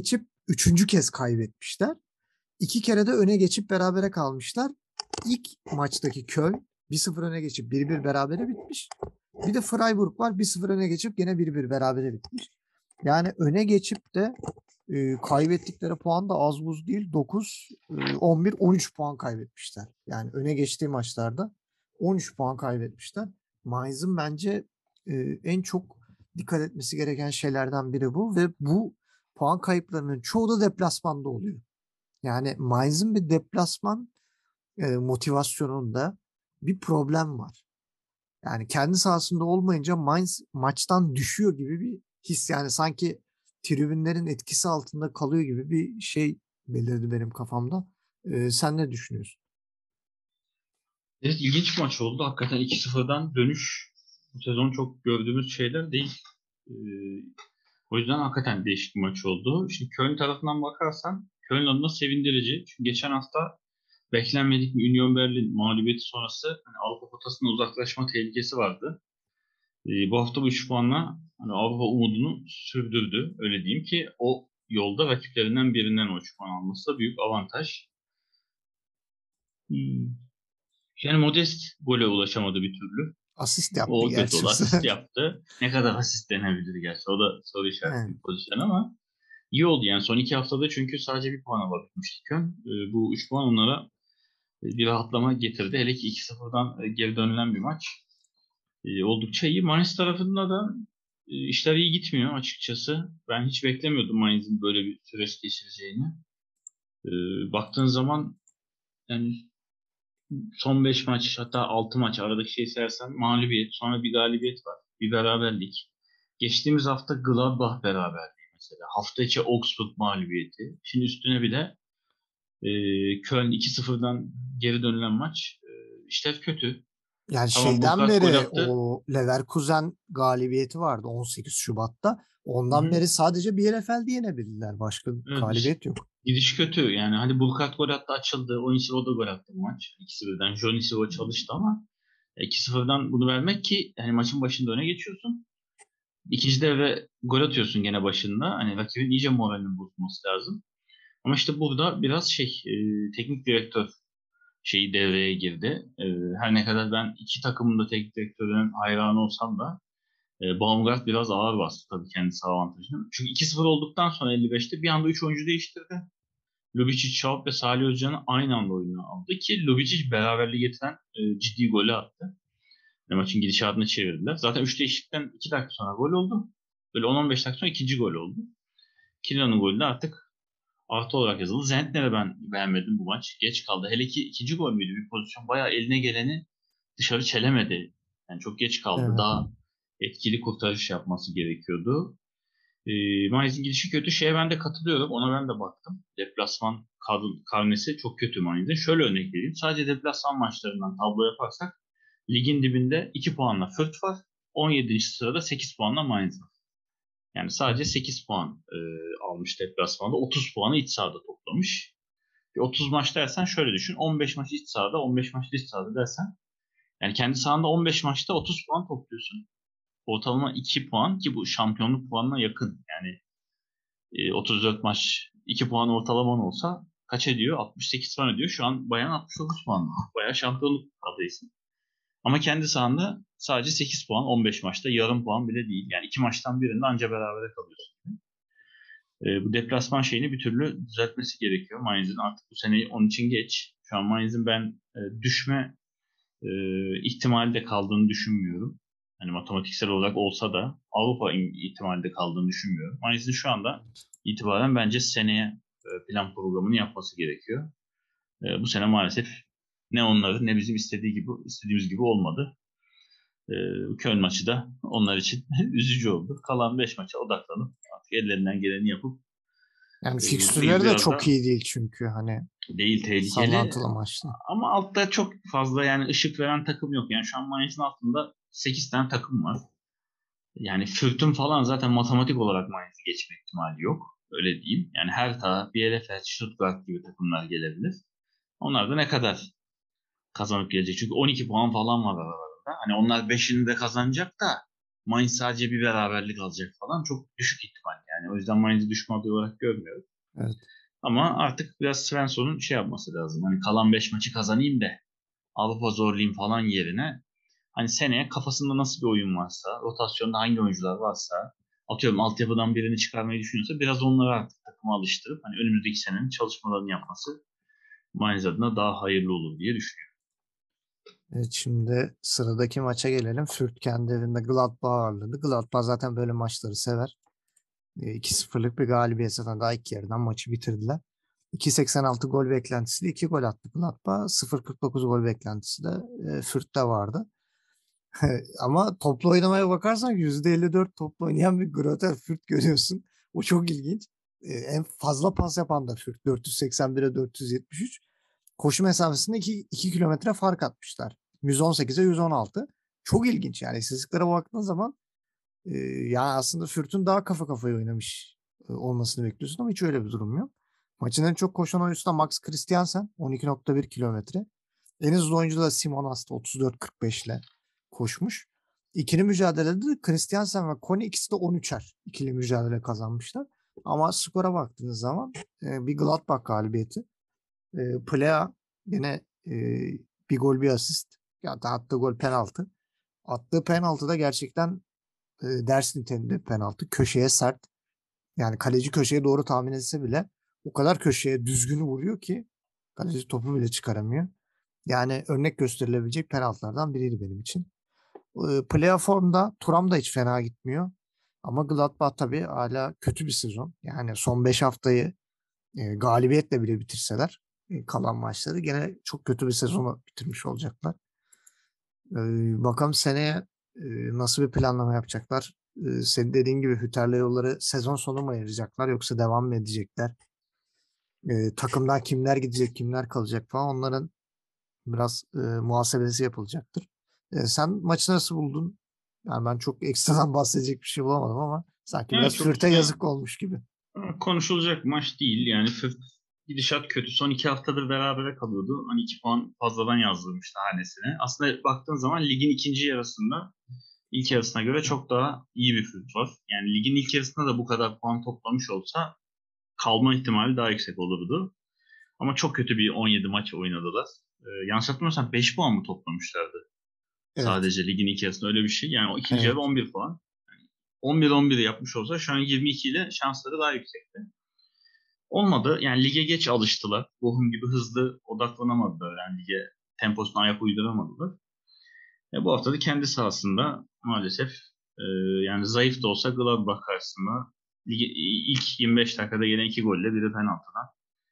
üçüncü kez kaybetmişler. 2 kere de öne geçip berabere kalmışlar. İlk maçtaki Köln 1-0 öne geçip 1-1 berabere bitmiş. Bir de Freiburg var 1-0 öne geçip gene 1-1 berabere bitmiş. Yani öne geçip de kaybettikleri puan da az buz değil. 9, 11, 13 puan kaybetmişler. Yani öne geçtiği maçlarda 13 puan kaybetmişler. Mainz'ın bence en çok dikkat etmesi gereken şeylerden biri bu ve bu puan kayıplarının çoğu da deplasmanda oluyor. Yani Mainz'ın bir deplasman motivasyonunda bir problem var. Yani kendi sahasında olmayınca Mainz maçtan düşüyor gibi bir his. Yani sanki tribünlerin etkisi altında kalıyor gibi bir şey belirdi benim kafamda. Sen ne düşünüyorsun? Evet, ilginç bir maç oldu. Hakikaten 2-0'dan dönüş bu sezon çok gördüğümüz şeyler değil. Ee, O yüzden hakikaten değişik bir maç oldu. Şimdi Köln tarafından bakarsan Köln adına sevindirici. Çünkü geçen hafta beklenmedik bir Union Berlin mağlubiyeti sonrası hani Avrupa potasına uzaklaşma tehlikesi vardı. Bu hafta bu 3 puanla hani Avrupa umudunu sürdürdü. Öyle diyeyim ki o yolda rakiplerinden birinden o 3 puan alması da büyük avantaj. Hmm. Yani Modest gole ulaşamadı bir türlü. Asist yaptı O kötü gerçi. oldu. Asist yaptı. Ne kadar asist denebilir gerçi. O da soru işareti Evet. bir pozisyon ama iyi oldu yani. Son 2 haftada çünkü sadece bir puana bakmıştık. Bu 3 puan onlara bir rahatlama getirdi. Hele ki 2-0'dan geri dönülen bir maç. Oldukça iyi. Mainz tarafında da işler iyi gitmiyor açıkçası. Ben hiç beklemiyordum Mainz'in böyle bir süreç geçireceğini. Baktığın zaman yani son 5 maç hatta 6 maç aradaki şey sayarsan mağlubiyet, sonra bir galibiyet var. Bir beraberlik. Geçtiğimiz hafta Gladbach beraberliği mesela. Hafta içi Augsburg mağlubiyeti. Şimdi üstüne bir de Köln 2-0'dan geri dönülen maç. İşler kötü. Yani Tamam, şeyden Burkhardt gol beri attı. o Leverkusen galibiyeti vardı 18 Şubat'ta. Hı Ondan hı. beri sadece Bielefeld'i yenebildiler. Başka Evet, galibiyet yok. gidiş kötü. Yani hani Burkhardt gol attı, açıldı. Onyekuru da gol attı bu maç. 2-0'dan. Jonisio çalıştı ama 2-0'dan bunu vermek ki yani maçın başında öne geçiyorsun. İkinci devre gol atıyorsun gene başında. Hani rakibin iyice moralinin bozulması lazım. Ama işte burada biraz teknik direktör şeyi devreye girdi. Her ne kadar ben iki takımın da teknik direktörünün hayranı olsam da Baumgart biraz ağır bastı tabii kendi saha avantajını. Çünkü 2-0 olduktan sonra 55'te bir anda 3 oyuncu değiştirdi. Lubicic, Şahap ve Salih Özcan'ı aynı anda oyuna aldı ki Lubicic beraberliği getiren ciddi golü attı. Maçın gidişatını çevirdiler. Zaten 3 değişiklikten 2 dakika sonra gol oldu. Böyle 10-15 dakika sonra ikinci gol oldu. Kylian'ın golü de artık artı olarak yazıldı. Zentner'e ben beğenmedim bu maç. Geç kaldı. Hele ki ikinci gol müydü? Bir pozisyon bayağı eline geleni dışarı çelemedi. Yani çok geç kaldı. Evet. Daha etkili kurtarış yapması gerekiyordu. Mainz'in gidişi kötü. Şeye ben de katılıyorum. Ona ben de baktım. Deplasman karnesi çok kötü Mainz'in. Şöyle örnek vereyim. Sadece deplasman maçlarından tablo yaparsak ligin dibinde 2 puanla Fürth var. 17. sırada 8 puanla Mainz var. Yani sadece 8 puan almış deplasmanda. 30 puanı iç sahada toplamış. 30 maç dersen şöyle düşün. 15 maç iç sahada, 15 maç dış sahada dersen yani kendi sahanda 15 maçta 30 puan topluyorsun. Ortalama 2 puan ki bu şampiyonluk puanına yakın. Yani 34 maç 2 puan ortalaman olsa kaç ediyor? 68 puan ediyor. Şu an bayan 69 puan. Bayağı şampiyonluk adayısın. Ama kendi sahanda sadece 8 puan 15 maçta yarım puan bile değil. Yani 2 maçtan birinde anca berabere kalıyorsun. Bu deplasman şeyini bir türlü düzeltmesi gerekiyor Mainz'in. Artık bu seneyi onun için geç. Şu an Mainz'in ben düşme ihtimali de kaldığını düşünmüyorum. Hani matematiksel olarak olsa da Avrupa ihtimali de kaldığını düşünmüyorum. Mainz'in şu anda itibaren bence seneye plan programını yapması gerekiyor. Bu sene maalesef ne onların ne bizim istediğimiz gibi olmadı. Köln maçı da onlar için üzücü oldu. Kalan 5 maça odaklanıp artık ellerinden geleni yapıp Yani bu ligi fikstürleri de biraz çok da iyi değil çünkü hani değil tehlikeli sallantılı maçlı. ama altta çok fazla yani ışık veren takım yok. Yani şu an Mainz'in altında 8 tane takım var. Yani Fürth'ün falan zaten matematik olarak Mainz'i geçme ihtimali yok. Öyle diyeyim. Yani Hertha, Bielefeld, Stuttgart gibi takımlar gelebilir. Onlar da ne kadar kazanıp gelecek? Çünkü 12 puan falan var aralarında. Hani onlar 5'ini de kazanacak da Mainz sadece bir beraberlik alacak falan. Çok düşük ihtimal yani. O yüzden Mainz'i düşme adayı olarak görmüyorum. Evet. Ama artık biraz Svensson'un şey yapması lazım. Hani kalan 5 maçı kazanayım da Avrupa zorlayayım falan yerine hani seneye kafasında nasıl bir oyun varsa, rotasyonda hangi oyuncular varsa, atıyorum altyapıdan birini çıkarmayı düşünüyorsa biraz onları artık takıma alıştırıp hani önümüzdeki senenin çalışmalarını yapması Mainz adına daha hayırlı olur diye düşünüyorum. Evet, şimdi sıradaki maça gelelim. Fürth kendi evinde Gladbach ağırladı. Gladbach zaten böyle maçları sever. 2-0'lık bir galibiyet, zaten daha ilk yarıdan maçı bitirdiler. 2.86 gol beklentisi de 2 gol attı Gladbach. 0.49 gol beklentisi de Fürth'te vardı. Ama toplu oynamaya bakarsan %54 toplu oynayan bir Greuther Fürth görüyorsun. O çok ilginç. En fazla pas yapan da Fürth. 481'e 473. Koşu mesafesinde 2 kilometre fark atmışlar. 118'e 116. Çok ilginç yani, istatistiklere baktığın zaman yani aslında Fürth'ün daha kafa kafaya oynamış olmasını bekliyorsun ama hiç öyle bir durum yok. Maçın en çok koşan oyuncusu da Max Christiansen, 12.1 kilometre. En hızlı oyuncu da Simon Ast, 34.45 ile koşmuş. İkili mücadelede de Christiansen ve Kone ikisi de 13'er ikili mücadele kazanmışlar. Ama skora baktığınız zaman bir Gladbach galibiyeti. Plea yine bir gol bir asist. Ya da attığı gol penaltı. Attığı penaltı da gerçekten ders niteliğinde penaltı. Köşeye sert. Yani kaleci köşeye doğru tahmin etse bile o kadar köşeye düzgün vuruyor ki kaleci topu bile çıkaramıyor. Yani örnek gösterilebilecek penaltılardan biriydi benim için. Playoff Thuram da hiç fena gitmiyor. Ama Gladbach tabii hala kötü bir sezon. Yani son 5 haftayı galibiyetle bile bitirseler kalan maçları gene çok kötü bir sezonu bitirmiş olacaklar. Bakalım seneye nasıl bir planlama yapacaklar? Senin dediğin gibi Hüter'le yolları sezon sonu mu ayıracaklar yoksa devam mı edecekler? Takımdan kimler gidecek, kimler kalacak falan, onların biraz muhasebesi yapılacaktır. Sen maçı nasıl buldun? Yani ben çok ekstradan bahsedecek bir şey bulamadım ama sanki Yani biraz çok Fürth'e yazık olmuş gibi. konuşulacak maç değil. Yani gidişat kötü. Son 2 haftadır berabere kalıyordu. Hani 2 puan fazladan yazdırmıştı hanesine. Aslında baktığın zaman ligin ikinci yarısında ilk yarısına göre çok daha iyi bir Fürth var. Yani ligin ilk yarısında da bu kadar puan toplamış olsa kalma ihtimali daha yüksek olurdu. Ama çok kötü bir 17 maç oynadılar. Yanlış hatırlamıyorsam 5 puan mı toplamışlardı? Evet. Sadece ligin ilk yarısında öyle bir şey. Yani o ikinci yarı Evet. 11 puan. 11-11 yapmış olsa şu an 22 ile şansları daha yüksekti. Olmadı. Yani lige geç alıştılar. Bochum gibi hızlı odaklanamadılar. Yani lige temposuna ayak uyduramadılar. Bu hafta da kendi sahasında maalesef yani zayıf da olsa Gladbach karşısında ilk 25 dakikada gelen 2 golle biri penaltıdan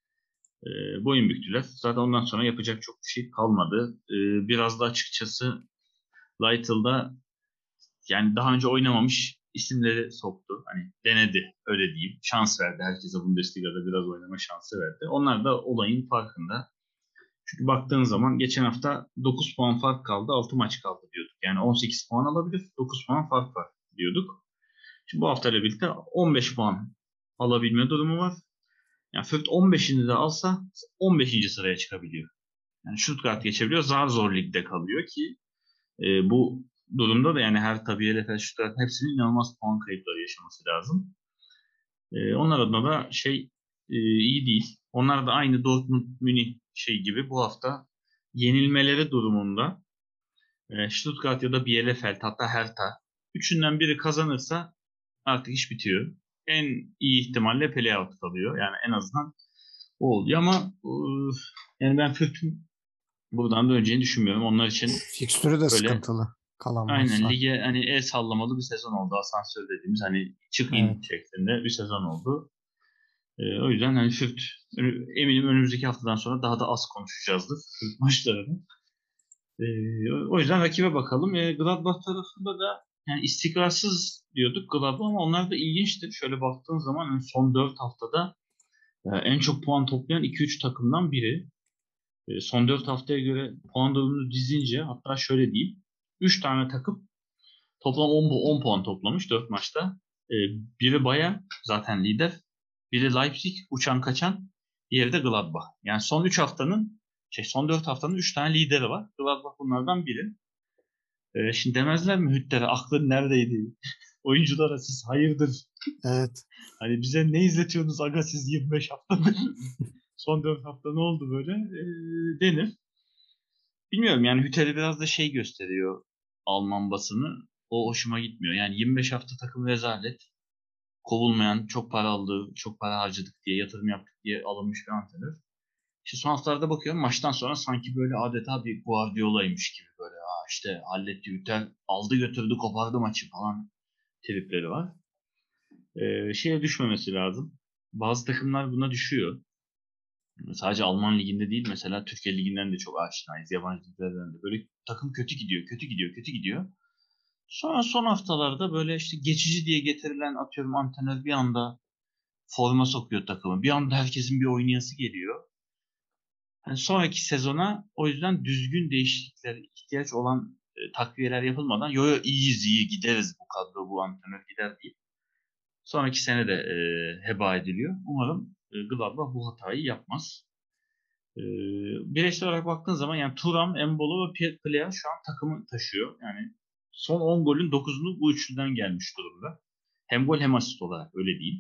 boyun büktüler. Zaten ondan sonra yapacak çok bir şey kalmadı. Biraz da açıkçası Lytle'da yani daha önce oynamamış isimleri soktu. Hani denedi, öyle diyeyim. Şans verdi. Herkese Bundesliga'da biraz oynama şansı verdi. Onlar da olayın farkında. Çünkü baktığın zaman geçen hafta 9 puan fark kaldı, 6 maç kaldı diyorduk. Yani 18 puan alabilir, 9 puan fark var diyorduk. Şimdi bu haftayla birlikte 15 puan alabilme durumu var. Yani Fürth 15'ini de alsa 15. sıraya çıkabiliyor. Yani Stuttgart geçebiliyor. Zar zor ligde kalıyor ki bu durumda da yani her tabii Bielefeld, Stuttgart'ın hepsinin inanılmaz puan kayıpları yaşaması lazım. Onlar adına da iyi değil. Onlar da aynı Dortmund, Münih gibi bu hafta yenilmeleri durumunda Stuttgart ya da Bielefeld, hatta Hertha, üçünden biri kazanırsa artık iş bitiyor. En iyi ihtimalle playout kalıyor. Yani en azından o oluyor ama yani ben Fürth'ün buradan döneceğini düşünmüyorum. Onlar için Fikstürü de böyle sıkıntılı kalan aynen maçlar. lige hani el sallamalı bir sezon oldu. Asansör dediğimiz hani çık in Evet. şeklinde bir sezon oldu. O yüzden hani Fürth eminim önümüzdeki haftadan sonra daha da az konuşacağızdır Fürth maçlarını. O yüzden rakibe bakalım. Gladbach tarafında da yani istikrarsız diyorduk Gladbach ama onlar da ilginçtir. Şöyle baktığın zaman yani son 4 haftada en çok puan toplayan 2-3 takımdan biri. Son 4 haftaya göre puan durumunu dizince hatta şöyle diyeyim. 3 tane takım toplam 10 puan toplamış 4 maçta. Ee, Biri Bayern zaten lider. Biri Leipzig uçan kaçan. Diğeri de Gladbach. Yani son 4 haftanın 3 tane lideri var. Gladbach bunlardan biri. Şimdi demezler mi Hütter'e aklın neredeydi? oyunculara siz hayırdır? Evet. Hani bize ne izletiyorsunuz aga siz 25 haftadır? Son 4 hafta ne oldu böyle? Denir. Bilmiyorum yani Hütel'i biraz da şey gösteriyor Alman basını. O hoşuma gitmiyor. Yani 25 hafta takım rezalet. Kovulmayan, çok para aldı, çok para harcadık diye, yatırım yaptık diye alınmış bir antrenör. İşte son haftalarda bakıyorum maçtan sonra sanki böyle adeta bir Guardiola'ymış gibi böyle. İşte halletti Hütel, aldı götürdü kopardı maçı falan tripleri var. Şeye düşmemesi lazım. Bazı takımlar buna düşüyor. Sadece Alman liginde değil mesela Türkiye liginden de çok aşinayız. Yabancı liglerden de. Böyle takım kötü gidiyor, kötü gidiyor, kötü gidiyor. Sonra son haftalarda böyle işte geçici diye getirilen atıyorum antrenör bir anda forma sokuyor takımı. Bir anda herkesin bir oynayası geliyor. Yani sonraki sezona o yüzden düzgün değişiklikler ihtiyaç olan takviyeler yapılmadan yo iyiyiz iyi gideriz bu kadro bu antrenör gider deyip sonraki sene de heba ediliyor. Umarım Gladbach bu hatayı yapmaz. Bireysel olarak baktığın zaman yani Thuram, Embolo ve Pierre Plea şu an takımı taşıyor. Yani son 10 golün 9'unu bu üçlüden gelmiş durumda. Hem gol hem asist olarak öyle değil.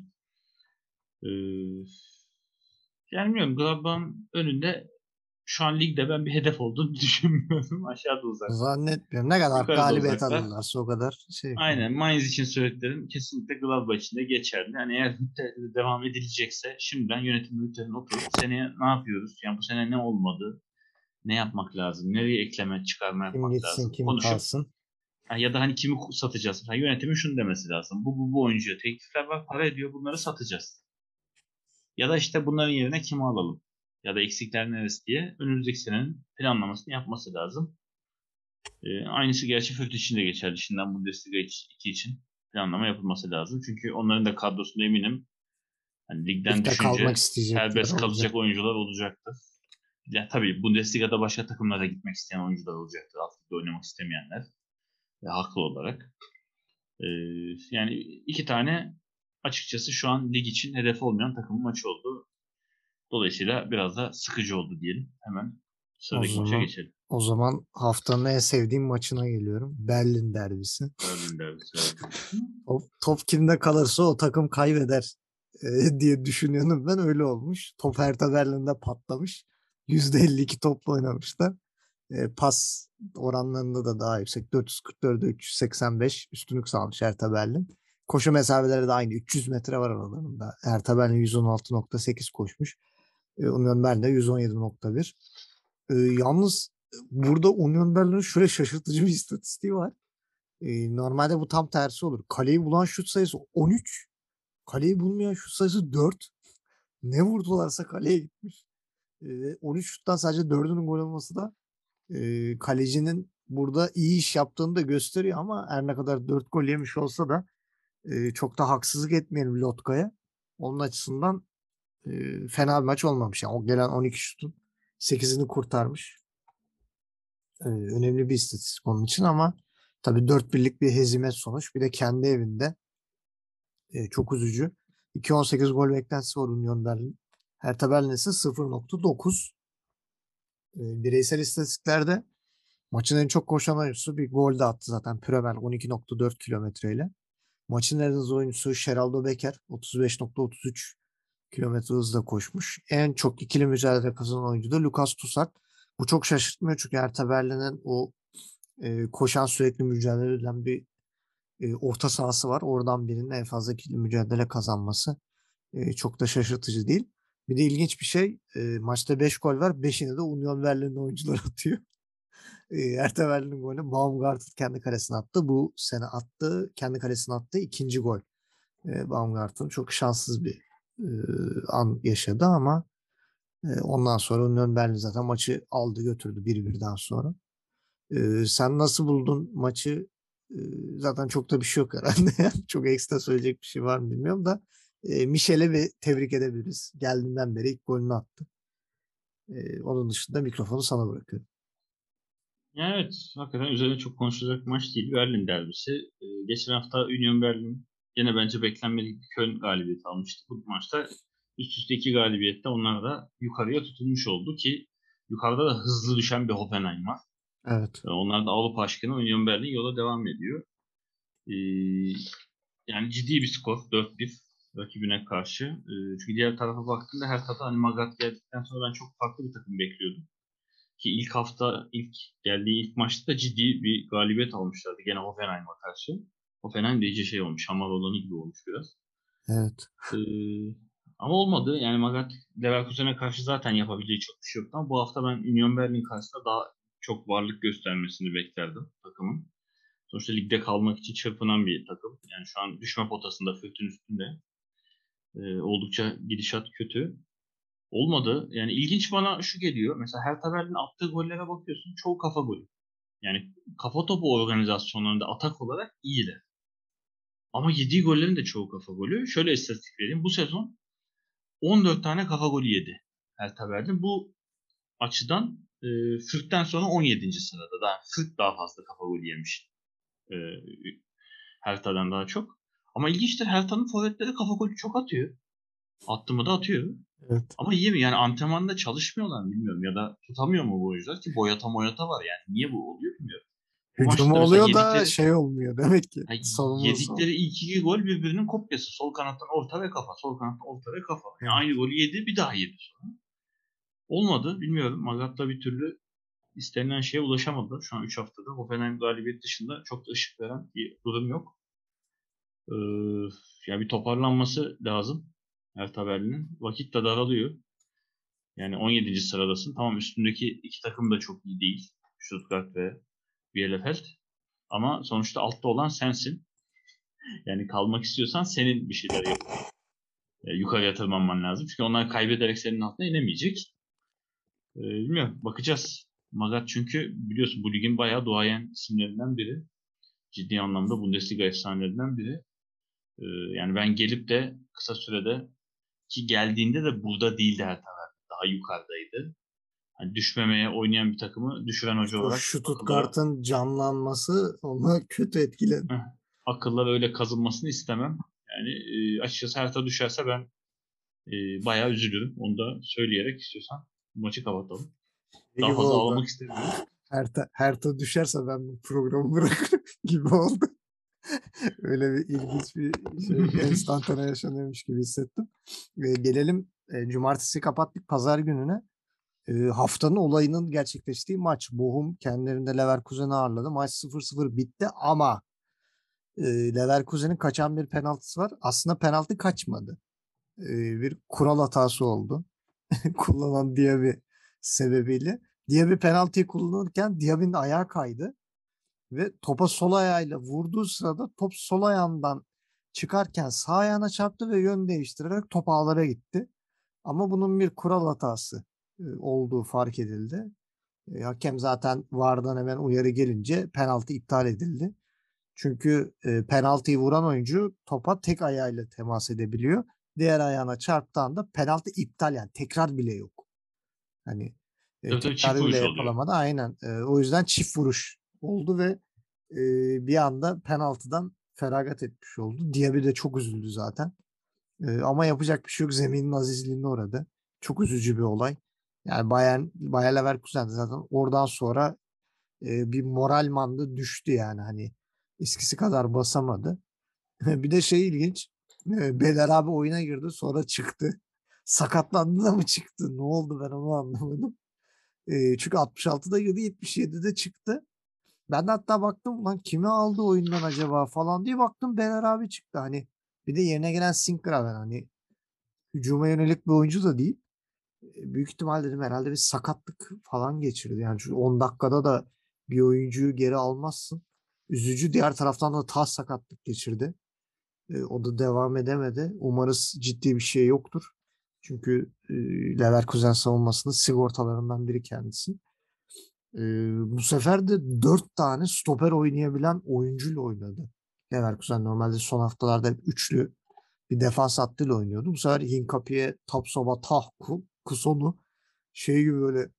Yani bilmiyorum Gladbach'ın önünde şu an ligde ben bir hedef olduğunu düşünmüyorum. Aşağıda uzaklar. Zannetmiyorum. Ne kadar Yukarıda galibiyet uzaklar. alırlarsa o kadar şey. Aynen. Mainz için söylediklerim kesinlikle Gladbach için de geçerli. Yani eğer Hüttel'de devam edilecekse şimdiden yönetim Hüttel'in oturup seneye ne yapıyoruz? Yani bu sene ne olmadı? Ne yapmak lazım? Nereye ekleme, çıkarma Kim yapmak gitsin lazım? kim Konuşup kalsın. ya da hani kimi satacağız? Yani yönetimin şunu demesi lazım. Bu oyuncuya teklifler var, para ediyor. Bunları satacağız. Ya da işte bunların yerine kimi alalım? Ya da eksikler neresi diye önümüzdeki senenin planlamasını yapması lazım. Aynısı gerçi Fürth için de geçerli. Şimdiden Bundesliga 2 için planlama yapılması lazım. Çünkü onların da kadrosunda eminim hani ligden Ligde kalmak düşünce isteyecekler serbest olacak. kalacak oyuncular olacaktır. Ya tabii Bundesliga'da başka takımlara gitmek isteyen oyuncular olacaktır. Alt ligde oynamak istemeyenler. Haklı olarak. Yani iki tane açıkçası şu an lig için hedef olmayan takımın maçı oldu. Dolayısıyla biraz da sıkıcı oldu diyelim. Hemen O sıradaki maça zaman geçelim. o zaman haftanın en sevdiğim maçına geliyorum. Berlin derbisi. Berlin derbisi. Evet. Top kimde kalırsa o takım kaybeder diye düşünüyorum ben. Öyle olmuş. Top Hertha Berlin'de patlamış. %52 topla oynamışlar. Pas oranlarında da daha yüksek. 444'e 385 üstünlük sağlamış Hertha Berlin. Koşu mesafeleri de aynı. 300 metre var aralarında. Hertha Berlin 116,8 koşmuş. Union Berlin de 117,1. Yalnız burada Union Berlin'in şöyle şaşırtıcı bir istatistiği var. Normalde bu tam tersi olur. Kaleyi bulan şut sayısı 13. Kaleyi bulmayan şut sayısı 4. Ne vurdularsa kaleye gitmiş. 13 şuttan sadece 4'ünün gol olması da kalecinin burada iyi iş yaptığını da gösteriyor ama her ne kadar 4 gol yemiş olsa da çok da haksızlık etmeyelim Lotka'ya. Onun açısından fena bir maç olmamış. Yani o gelen 12 şutun 8'ini kurtarmış. Önemli bir istatistik onun için ama tabii 4-1'lik bir hezimet sonuç. Bir de kendi evinde çok üzücü. 2.18 gol beklentisi var Union Berlin. Hertha Berlin ise 0.9. Bireysel istatistiklerde maçın en çok koşan oyuncusu bir gol de attı zaten. Püremel 12.4 kilometreyle. Maçın en hızlı oyuncusu Geraldo Becker 35.33 kilometre hızla koşmuş. En çok ikili mücadele kazanan oyuncu da Lucas Toussaint. Bu çok şaşırtmıyor çünkü Hertha Berlin'in o koşan sürekli mücadele eden bir orta sahası var. Oradan birinin en fazla ikili mücadele kazanması çok da şaşırtıcı değil. Bir de ilginç bir şey maçta 5 gol var. 5'ini de Union Berlin oyuncular atıyor. Hertha Berlin'in golü Baumgartner kendi kalesine attı. Bu sene kendi kalesine attığı ikinci gol. Baumgartner çok şanssız bir an yaşadı ama ondan sonra Union Berlin zaten maçı aldı götürdü 1-1'den sonra. Sen nasıl buldun maçı? Zaten çok da bir şey yok herhalde. Çok ekstra söyleyecek bir şey var mı bilmiyorum da Michel'e bir tebrik edebiliriz. Geldiğinden beri ilk golünü attı. Onun dışında mikrofonu sana bırakıyorum. Yani evet, hakikaten üzerine çok konuşulacak bir maç değil. Berlin derbisi. Geçen hafta Union Berlin yine bence beklenmedik bir Köln galibiyeti almıştı. Bu maçta üst üste 2 galibiyette onlar da yukarıya tutulmuş oldu ki yukarıda da hızlı düşen bir Hoffenheim var. Evet. Onlar da Avrupa aşkına Union Berlin yola devam ediyor. Yani ciddi bir skor 4-1 rakibine karşı. Çünkü diğer tarafa baktığımda her tadı hani Magath geldikten sonra ben çok farklı bir takım bekliyordum. Ki ilk geldiği ilk maçta da ciddi bir galibiyet almışlardı gene Hoffenheim'a karşı. Hoffenheim de iyice şey olmuş, hamar olanı gibi olmuş biraz. Evet. Ee, ama olmadı. Yani Magath Leverkusen'e karşı zaten yapabileceği çok bir şey yoktu ama bu hafta ben Union Berlin karşısında daha çok varlık göstermesini beklerdim takımın. Sonuçta ligde kalmak için çırpınan bir takım. Yani şu an düşme potasında Fürth'ün üstünde. Oldukça gidişat kötü. Olmadı. Yani ilginç bana şu geliyor. Mesela Hertha Berlin'in attığı gollere bakıyorsun. Çoğu kafa golü. Yani kafa topu organizasyonlarında atak olarak iyiler. Ama yediği gollerin de çoğu kafa golü. Şöyle istatistik vereyim. Bu sezon 14 tane kafa golü yedi Hertha Berlin. Bu açıdan Fürth'ten sonra 17. sırada. Fürth daha fazla kafa golü yemiş. E, Hertha'dan daha çok. Ama ilginçtir. Hertha'nın forvetleri kafa golü çok atıyor. Attı mı da atıyor. Evet. Ama iyi mi? Yani antrenmanda çalışmıyorlar mı bilmiyorum. Ya da tutamıyor mu bu oyuncular ki boyata moyata var yani. Niye bu oluyor bilmiyorum. Bu Hücumu maçta mesela oluyor da şey olmuyor demek ki. yani Savunması olmuyor. yedikleri ilk iki gol birbirinin kopyası. Sol kanattan orta ve kafa. Sol kanattan orta ve kafa. Yani Evet. aynı golü yedi bir daha yedi sonra. Olmadı. Bilmiyorum. Magath'la bir türlü istenilen şeye ulaşamadı. Şu an 3 haftada. Hoffenheim galibiyet dışında çok da ışık veren bir durum yok. Ee, ya bir toparlanması lazım. Hertha Berlin'in. Vakit de daralıyor. Yani 17. sıradasın. Tamam üstündeki iki takım da çok iyi değil. Stuttgart ve Bielefeld. Ama sonuçta altta olan sensin. Yani kalmak istiyorsan senin bir şeyler yapıp yukarıya tırmanman lazım. Çünkü onlar kaybederek senin altına inemeyecek. Bilmiyorum. Bakacağız. Magath çünkü biliyorsun bu ligin bayağı duayen isimlerinden biri. Ciddi anlamda Bundesliga efsanelerinden biri. Yani ben gelip de kısa sürede ki geldiğinde de burada değildi her taraf. Daha yukarıdaydı. Hani düşmemeye oynayan bir takımı düşüren hoca İşte o olarak akıllara Stuttgart'ın canlanması onu kötü etkiledi. heh, akıllara öyle kazınmasını istemem. Yani açıkçası Hertha düşerse ben bayağı üzülürüm. Onu da söyleyerek istiyorsan bu maçı kapatalım. Ne Daha gibi fazla oldu? ağlamak istemiyorum. Hertha düşerse ben bu programı bırakırım gibi oldu. Öyle bir ilginç bir şey enstantane yaşanıyormuş gibi hissettim. Gelelim cumartesi kapattık pazar gününe. Haftanın olayının gerçekleştiği maç. Bochum kendilerinde Leverkusen'i ağırladı. Maç 0-0 bitti ama Leverkusen'in kaçan bir penaltısı var. Aslında penaltı kaçmadı. Bir kural hatası oldu. Kullanan Diaby sebebiyle. Diaby penaltıyı kullanırken Diaby'nin ayağı kaydı ve topa sol ayağıyla vurduğu sırada top sol ayağından çıkarken sağ ayağına çarptı ve yön değiştirerek top ağlara gitti. Ama bunun bir kural hatası olduğu fark edildi. Hakem zaten VAR'dan hemen uyarı gelince penaltı iptal edildi. Çünkü penaltıyı vuran oyuncu topa tek ayağıyla temas edebiliyor. Diğer ayağına çarptığı anda penaltı iptal yani tekrar bile yok. Hani Tabii tabii çift tekrar bile vuruş oluyor. yapılamadı aynen. O yüzden çift vuruş oldu ve bir anda penaltıdan feragat etmiş oldu. Diaby de çok üzüldü zaten. Ama yapacak bir şey yok. Zeminin azizliğine uğradı. Çok üzücü bir olay. Yani Bayer Leverkusen zaten oradan sonra bir moralman da düştü yani hani eskisi kadar basamadı. Bir de şey ilginç. Beler abi oyuna girdi sonra çıktı. Sakatlandı da mı çıktı? Ne oldu ben onu anlamadım. Çünkü 66'da girdi 77'de çıktı. Ben de hatta baktım lan kimi aldı oyundan acaba falan diye baktım Beler abi çıktı. Hani bir de yerine gelen Sinkgraven hani hücuma yönelik bir oyuncu da değil. Büyük ihtimal dedim herhalde bir sakatlık falan geçirdi. Yani çünkü 10 dakikada da bir oyuncuyu geri almazsın. Üzücü diğer taraftan da tas sakatlık geçirdi. O da devam edemedi. Umarız ciddi bir şey yoktur. Çünkü Leverkusen savunmasının sigortalarından biri kendisi. E, bu sefer de 4 tane stoper oynayabilen oyuncuyla oynadı. Leverkusen normalde son haftalarda hep üçlü bir defans hattıyla oynuyordu. Bu sefer Hincapié, Tapsoba, Tahku, Kusonu şey gibi böyle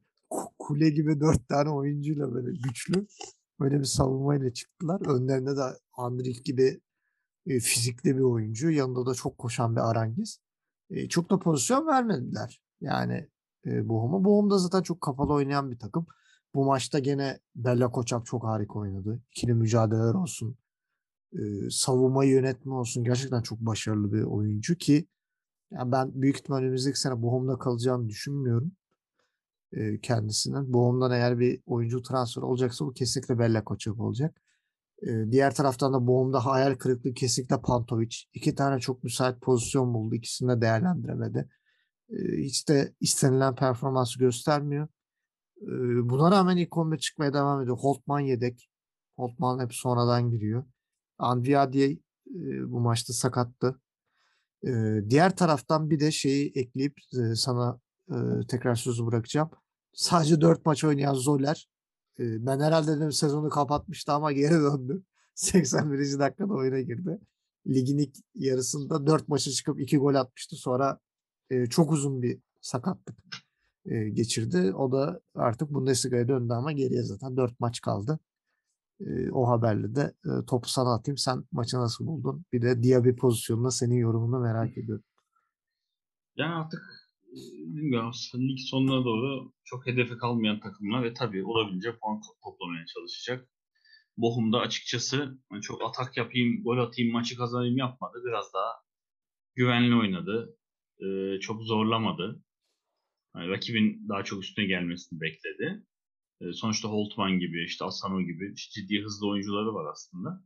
kule gibi 4 tane oyuncuyla böyle güçlü böyle bir savunmayla çıktılar. Önlerinde de Andrich gibi fizikli bir oyuncu. Yanında da çok koşan bir Arangiz. Çok da pozisyon vermediler. Yani Bochum'a. Bochum da zaten çok kapalı oynayan bir takım. Bu maçta gene Bella Koçak çok harika oynadı. İkili mücadeleler olsun. Savunma yönetme olsun, gerçekten çok başarılı bir oyuncu ki yani ben büyük ihtimal önümüzdeki sene Bochum'da kalacağını düşünmüyorum kendisinden. Bochum'dan eğer bir oyuncu transferi olacaksa bu kesinlikle Bella Koçak olacak. Diğer taraftan da Bochum'da hayal kırıklığı kesinlikle Pantovic. İki tane çok müsait pozisyon buldu. İkisini de değerlendiremedi. Hiç de istenilen performansı göstermiyor. Buna rağmen ilk 11 çıkmaya devam ediyor. Holtman yedek. Holtman hep sonradan giriyor. Anviadiye bu maçta sakattı. Diğer taraftan bir de şeyi ekleyip sana tekrar sözü bırakacağım. Sadece 4 maç oynayan Zoller. Ben herhalde dedim sezonu kapatmıştı ama geri döndü. 81. dakikada oyuna girdi. Ligin ilk yarısında 4 maça çıkıp 2 gol atmıştı. Sonra çok uzun bir sakatlık geçirdi. O da artık Bundesliga'ya döndü ama geriye zaten 4 maç kaldı. O haberle de topu sana atayım. Sen maçı nasıl buldun? Bir de Diaby pozisyonunda senin yorumunu merak ediyorum. Yani artık bilmiyorum, lig sonuna doğru çok hedefi kalmayan takımlar ve tabii olabildiğince puan toplamaya çalışacak. Bochum'da açıkçası çok atak yapayım, gol atayım, maçı kazanayım yapmadı. Biraz daha güvenli oynadı. Çok zorlamadı. Yani rakibin daha çok üstüne gelmesini bekledi. Sonuçta Holtman gibi, işte Asano gibi ciddi hızlı oyuncuları var aslında.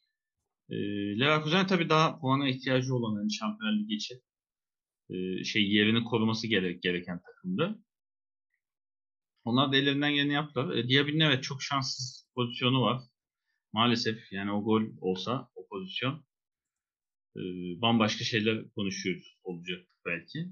Leverkusen tabii daha puana ihtiyacı olan, yani Şampiyonlar Ligi için yerini koruması gereken takımdı. Onlar da ellerinden geleni yaptılar. Diaby'nin evet çok şanssız pozisyonu var. Maalesef yani o gol olsa o pozisyon bambaşka şeyler konuşuyoruz olacak belki.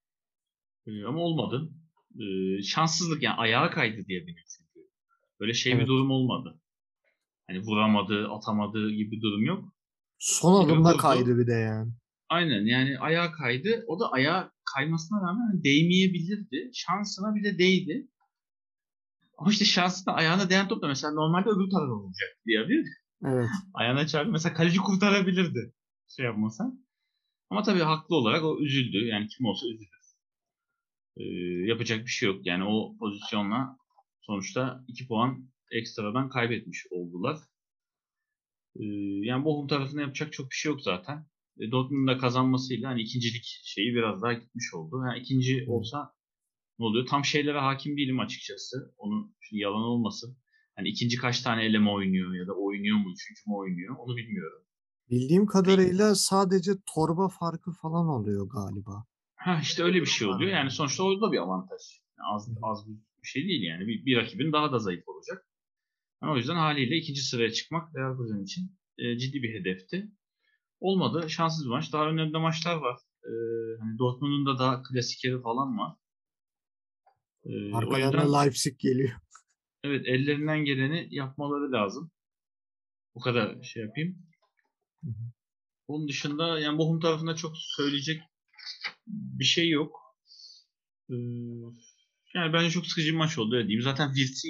Ama olmadı. Şanssızlık, yani ayağa kaydı Diaby'nin çünkü. Böyle bir Evet. durum olmadı. Hani vuramadı, atamadı gibi bir durum yok. Son Gibi adımda vurdu. kaydı bir de yani. Aynen, yani ayağa kaydı. O da ayağa kaymasına rağmen değmeyebilirdi. Şansına bir de değdi. Ama işte şansına ayağına değen top da mesela normalde öbür tarafa vuracak diye bir Evet. ayağına çarptı. Mesela kaleci kurtarabilirdi yapmasa. Ama tabii haklı olarak o üzüldü. Yani kim olsa üzülür. Ee, Yapacak bir şey yok. Yani o pozisyonla sonuçta 2 puan ekstradan kaybetmiş oldular. Yani Bochum tarafında yapacak çok bir şey yok zaten. Dortmund'un da kazanmasıyla hani ikincilik şeyi biraz daha gitmiş oldu. Yani ikinci Evet. olsa ne oluyor? Tam şeylere hakim değilim açıkçası. Onun şimdi yalan olmasın. Hani ikinci kaç tane eleme oynuyor ya da oynuyor mu, üçüncü mü oynuyor onu bilmiyorum. Bildiğim Hani, kadarıyla sadece torba farkı falan oluyor galiba. işte öyle bir şey Var oluyor. Yani yani. sonuçta o da bir avantaj. Yani Hı hı. az bir şey değil yani. Bir rakibin daha da zayıf olacak. Yani o yüzden haliyle ikinci sıraya çıkmak Leverkusen için ciddi bir hedefti. Olmadı. Şanssız bir maç. Daha önlerinde maçlar var. Hani Dortmund'un da daha klasikleri falan var. O Arkadan yüzden da Leipzig geliyor. evet, ellerinden geleni yapmaları lazım. Bu kadar yapayım. Hı hı. Onun dışında yani Bochum tarafında çok söyleyecek bir şey yok. Ee, Yani bence çok sıkıcı bir maç oldu öyle diyeyim. Zaten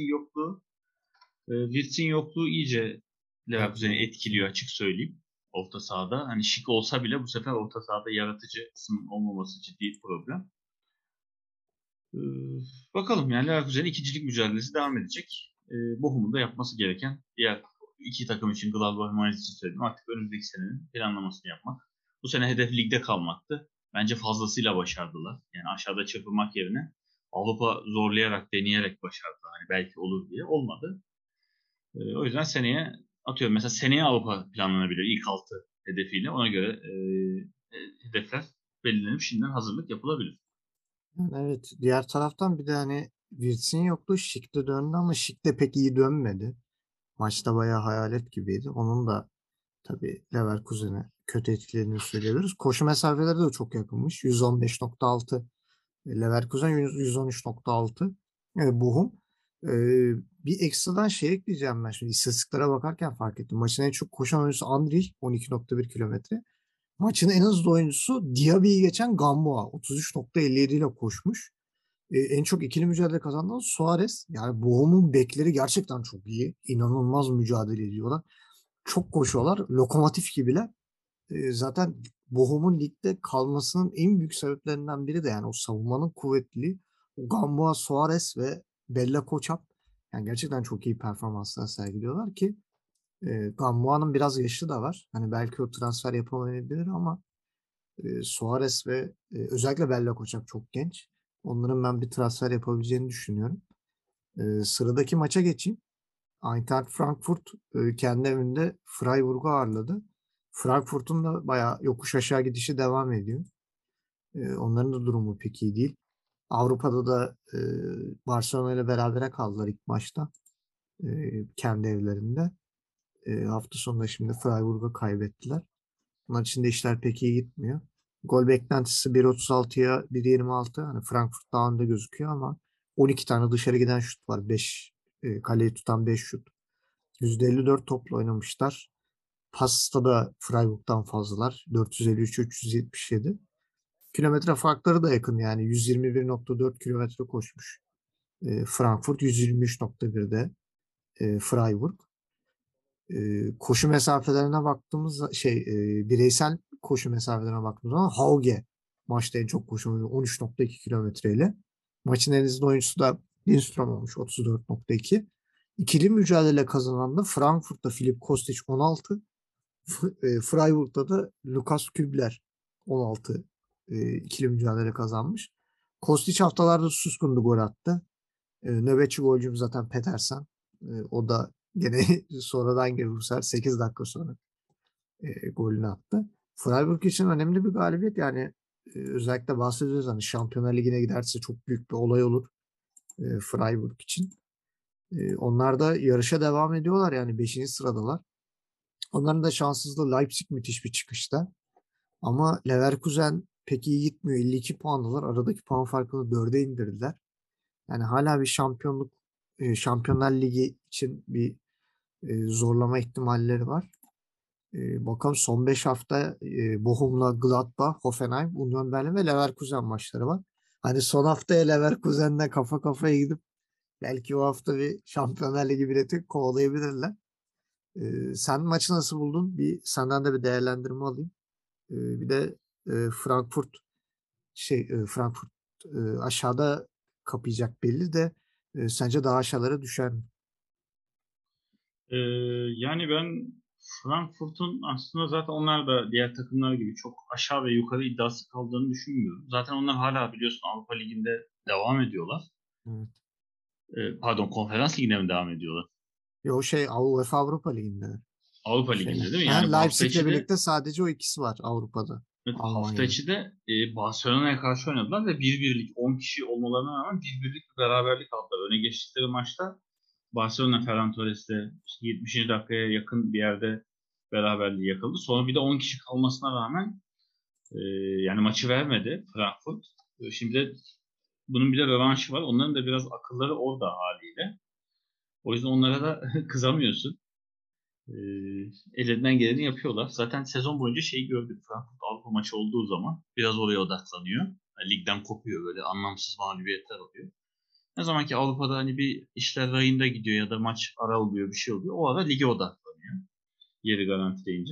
Wirtz'in yokluğu iyice Evet, Leverkusen'i evet. etkiliyor, açık söyleyeyim. Orta sahada. Hani şık olsa bile bu sefer orta sahada yaratıcı kısım olmaması ciddi problem. Ee, Bakalım, yani Leverkusen'in ikincilik mücadelesi devam edecek. Bochum'un da yapması gereken, diğer iki takım için, Gladbach ve Mainz için söyledim. Artık önümüzdeki senenin planlamasını yapmak. Bu sene hedef ligde kalmaktı. Bence fazlasıyla başardılar. Yani aşağıda çırpınmak yerine Avrupa zorlayarak, deneyerek başardılar. Hani belki olur diye. Olmadı. O yüzden seneye atıyorum. Mesela seneye Avrupa planlanabilir ilk 6 hedefiyle. Ona göre hedefler belirlenip şimdiden hazırlık yapılabilir. Yani evet. Diğer taraftan bir de hani Wirtz'in yokluğu Şik'te döndü ama Şik de pek iyi dönmedi. Maçta bayağı hayalet gibiydi. Onun da tabii Leverkusen'e kötü etkilediğini söyleyebiliriz. Koşu mesafeleri de çok yakınmış. 115.6 Leverkusen 113.6 Bochum. E, Bir ekstradan şey ekleyeceğim ben şimdi istatistiklere bakarken fark ettim. Maçın en çok koşan oyuncusu Andrich 12.1 kilometre. Maçın en hızlı oyuncusu Diaby'yi geçen Gamboa 33.57 ile koşmuş. En çok ikili mücadele kazanan Suarez. Yani Bochum'un bekleri gerçekten çok iyi. İnanılmaz mücadele ediyorlar. Çok koşuyorlar. Lokomotif gibiler. Zaten Bochum'un ligde kalmasının en büyük sebeplerinden biri de yani o savunmanın kuvvetli. O Gamboa, Suarez ve Bella Kotschap yani gerçekten çok iyi performanslar sergiliyorlar ki Gamboa'nın biraz yaşı da var. Hani belki o transfer yapamayabilir ama Suarez ve özellikle Bella Kotçap çok genç. Onların ben bir transfer yapabileceğini düşünüyorum. Sıradaki maça geçeyim. Eintracht Frankfurt kendi evinde Freiburg'u ağırladı. Frankfurt'un da bayağı yokuş aşağı gidişi devam ediyor. Onların da durumu pek iyi değil. Avrupa'da da Barcelona ile berabere kaldılar ilk maçta. Kendi evlerinde. Hafta sonunda şimdi Freiburg'a kaybettiler. Bunlar için de işler pek iyi gitmiyor. Gol beklentisi 1.36'ya 1.26. Hani Frankfurt daha önde gözüküyor ama 12 tane dışarı giden şut var. 5 kaleyi tutan 5 şut. %54 topla oynamışlar. Pasta da Freiburg'dan fazlalar. 453-377. Kilometre farkları da yakın yani. 121.4 kilometre koşmuş. Frankfurt 123.1'de Freiburg. Koşu mesafelerine baktığımız bireysel koşu mesafelerine baktığımız zaman Hauge maçta en çok koşu 13.2 kilometreyle. Maçın en hızlı oyuncusu da Lindström olmuş 34.2. İkili mücadele kazanan da Frankfurt'ta Filip Kostic 16, Freiburg'da da Lukas Kübler 16 ikili mücadele kazanmış. Kostic haftalarda suskundu, gol attı. Nöbetçi golcüm zaten Petersen. O da gene sonradan girdi bu sefer. 8 dakika sonra golünü attı. Freiburg için önemli bir galibiyet. Yani özellikle bahsediyoruz hani Şampiyonlar Ligi'ne giderse çok büyük bir olay olur Freiburg için. Onlar da yarışa devam ediyorlar yani 5. sıradalar. Onların da şanssızlığı Leipzig müthiş bir çıkışta. Ama Leverkusen pek iyi gitmiyor. 52 puandalar. Aradaki puan farkını 4'e indirdiler. Yani hala bir Şampiyonlar Ligi için bir zorlama ihtimalleri var. Bakalım son 5 hafta Bochum'la Gladbach, Hoffenheim, Union Berlin ve Leverkusen maçları var. Hani son haftaya Leverkusen'le kafa kafaya gidip belki o hafta bir Şampiyonlar Ligi bileti kovalayabilirler. Sen maçı nasıl buldun? Senden de bir değerlendirme alayım. Bir de Frankfurt Frankfurt aşağıda kapayacak belli de sence daha aşağılara düşer mi? Ee, Yani ben Frankfurt'un aslında zaten onlar da diğer takımlar gibi çok aşağı ve yukarı iddiası kaldığını düşünmüyorum. Zaten onlar hala biliyorsun Avrupa Ligi'nde devam ediyorlar. Evet. Pardon, Konferans Ligi'ne mi devam ediyorlar? Yo UEFA Avrupa Ligi'nde. Avrupa Şeyler. Ligi'nde değil mi? Ha, Yani bu hafta Leipzig'le içi de birlikte sadece o ikisi var Avrupa'da. evet, hafta Almanya'da. içi de Barcelona'ya karşı oynadılar ve 1-1'lik 10 kişi olmalarına rağmen 1-1'lik bir beraberlik aldılar. Öne geçtikleri maçta Barcelona Ferran Torres'te işte 70. dakikaya yakın bir yerde beraberliği yakaladı. Sonra bir de 10 kişi kalmasına rağmen e, yani maçı vermedi Frankfurt. Şimdi de bunun bir de rövanşı var. Onların da biraz akılları orada haliyle. O yüzden onlara da kızamıyorsun. E, Ellerinden geleni yapıyorlar. Zaten sezon boyunca şeyi gördük. Frankfurt Avrupa maçı olduğu zaman biraz oraya odaklanıyor. Yani ligden kopuyor, böyle anlamsız mağlubiyetler oluyor. Ne zaman ki Avrupa'da hani bir işler rayında gidiyor ya da maç ara oluyor, bir şey oluyor, o ara lige odaklanıyor. Yeri garantileyince.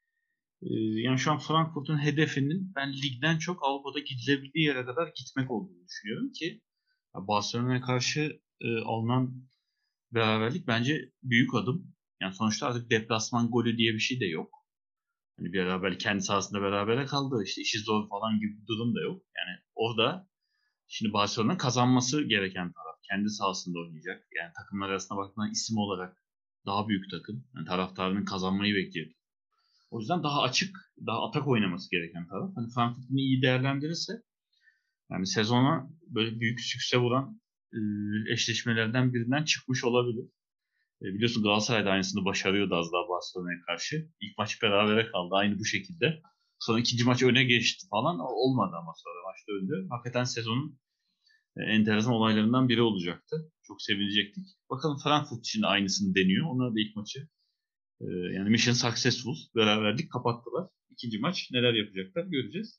Yani şu an Frankfurt'un hedefinin ben ligden çok Avrupa'da gidilebildiği yere kadar gitmek olduğunu düşünüyorum ki Barcelona'ya karşı alınan beraberlik bence büyük adım. Yani sonuçta artık deplasman golü diye bir şey de yok. Hani beraber kendi sahasında berabere kaldı. İşte işi zor falan gibi bir durum da yok. Yani orada şimdi Barcelona kazanması gereken taraf. Kendi sahasında oynayacak. Yani takımlar arasında baktığında isim olarak daha büyük takım. Yani taraftarının kazanmayı bekliyor. O yüzden daha açık, daha atak oynaması gereken taraf. Hani Frankfurt bunu iyi değerlendirirse yani sezona böyle büyük sükse vuran eşleşmelerden birinden çıkmış olabilir. Biliyorsun Galatasaray da aynısını başarıyordu az daha Barcelona'ya karşı. İlk maç berabere kaldı aynı bu şekilde. Sonra ikinci maç öne geçti falan. Olmadı ama sonra maçta öldü. Hakikaten sezonun enteresan olaylarından biri olacaktı. Çok sevinecektik. Bakalım Frankfurt için de aynısını deniyor. Onlar da ilk maçı yani mission successful. Beraberlik kapattılar. İkinci maç neler yapacaklar göreceğiz.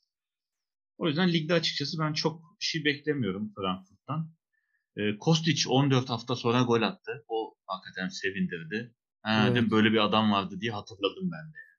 O yüzden ligde açıkçası ben çok bir şey beklemiyorum Frankfurt'tan. Kostic 14 hafta sonra gol attı. O hakikaten sevindirdi. Ha, Evet. dedim böyle bir adam vardı diye hatırladım ben de.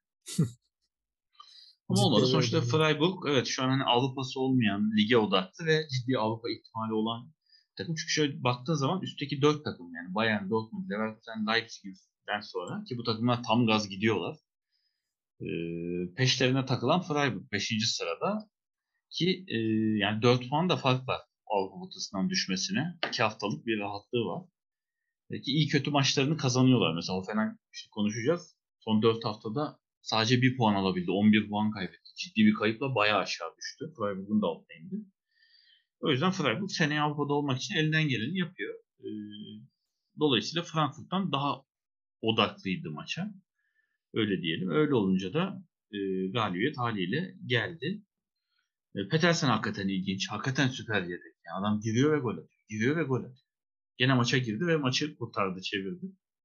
Ama Ciddi olmadı. bir Sonuçta ödül. Freiburg evet şu an hani Avrupa'sı olmayan, lige odaklı ve ciddi Avrupa ihtimali olan takım. Çünkü şöyle baktığın zaman üstteki 4 takım yani Bayern, Dortmund, Leverkusen, Leipzig Freiburg'den sonra ki bu takımlar tam gaz gidiyorlar. Peşlerine takılan Freiburg 5. sırada ki yani 4 puan da fark var Avrupa potasından düşmesine. 2 haftalık bir rahatlığı var. Ki iyi kötü maçlarını kazanıyorlar. Mesela Hoffenheim işte konuşacağız. Son 4 haftada sadece 1 puan alabildi. 11 puan kaybetti. Ciddi bir kayıpla bayağı aşağı düştü. Freiburg'un da altına indi. O yüzden Freiburg seneye Avrupa'da olmak için elinden geleni yapıyor. Dolayısıyla Frankfurt'tan daha odaklıydı maça. Öyle diyelim. Öyle olunca da galibiyet haliyle geldi. Petersen hakikaten ilginç. Hakikaten süper yedek. Yani adam giriyor ve gol atıyor. Giriyor ve gol atıyor. Gene maça girdi ve maçı kurtardı, çevirdi.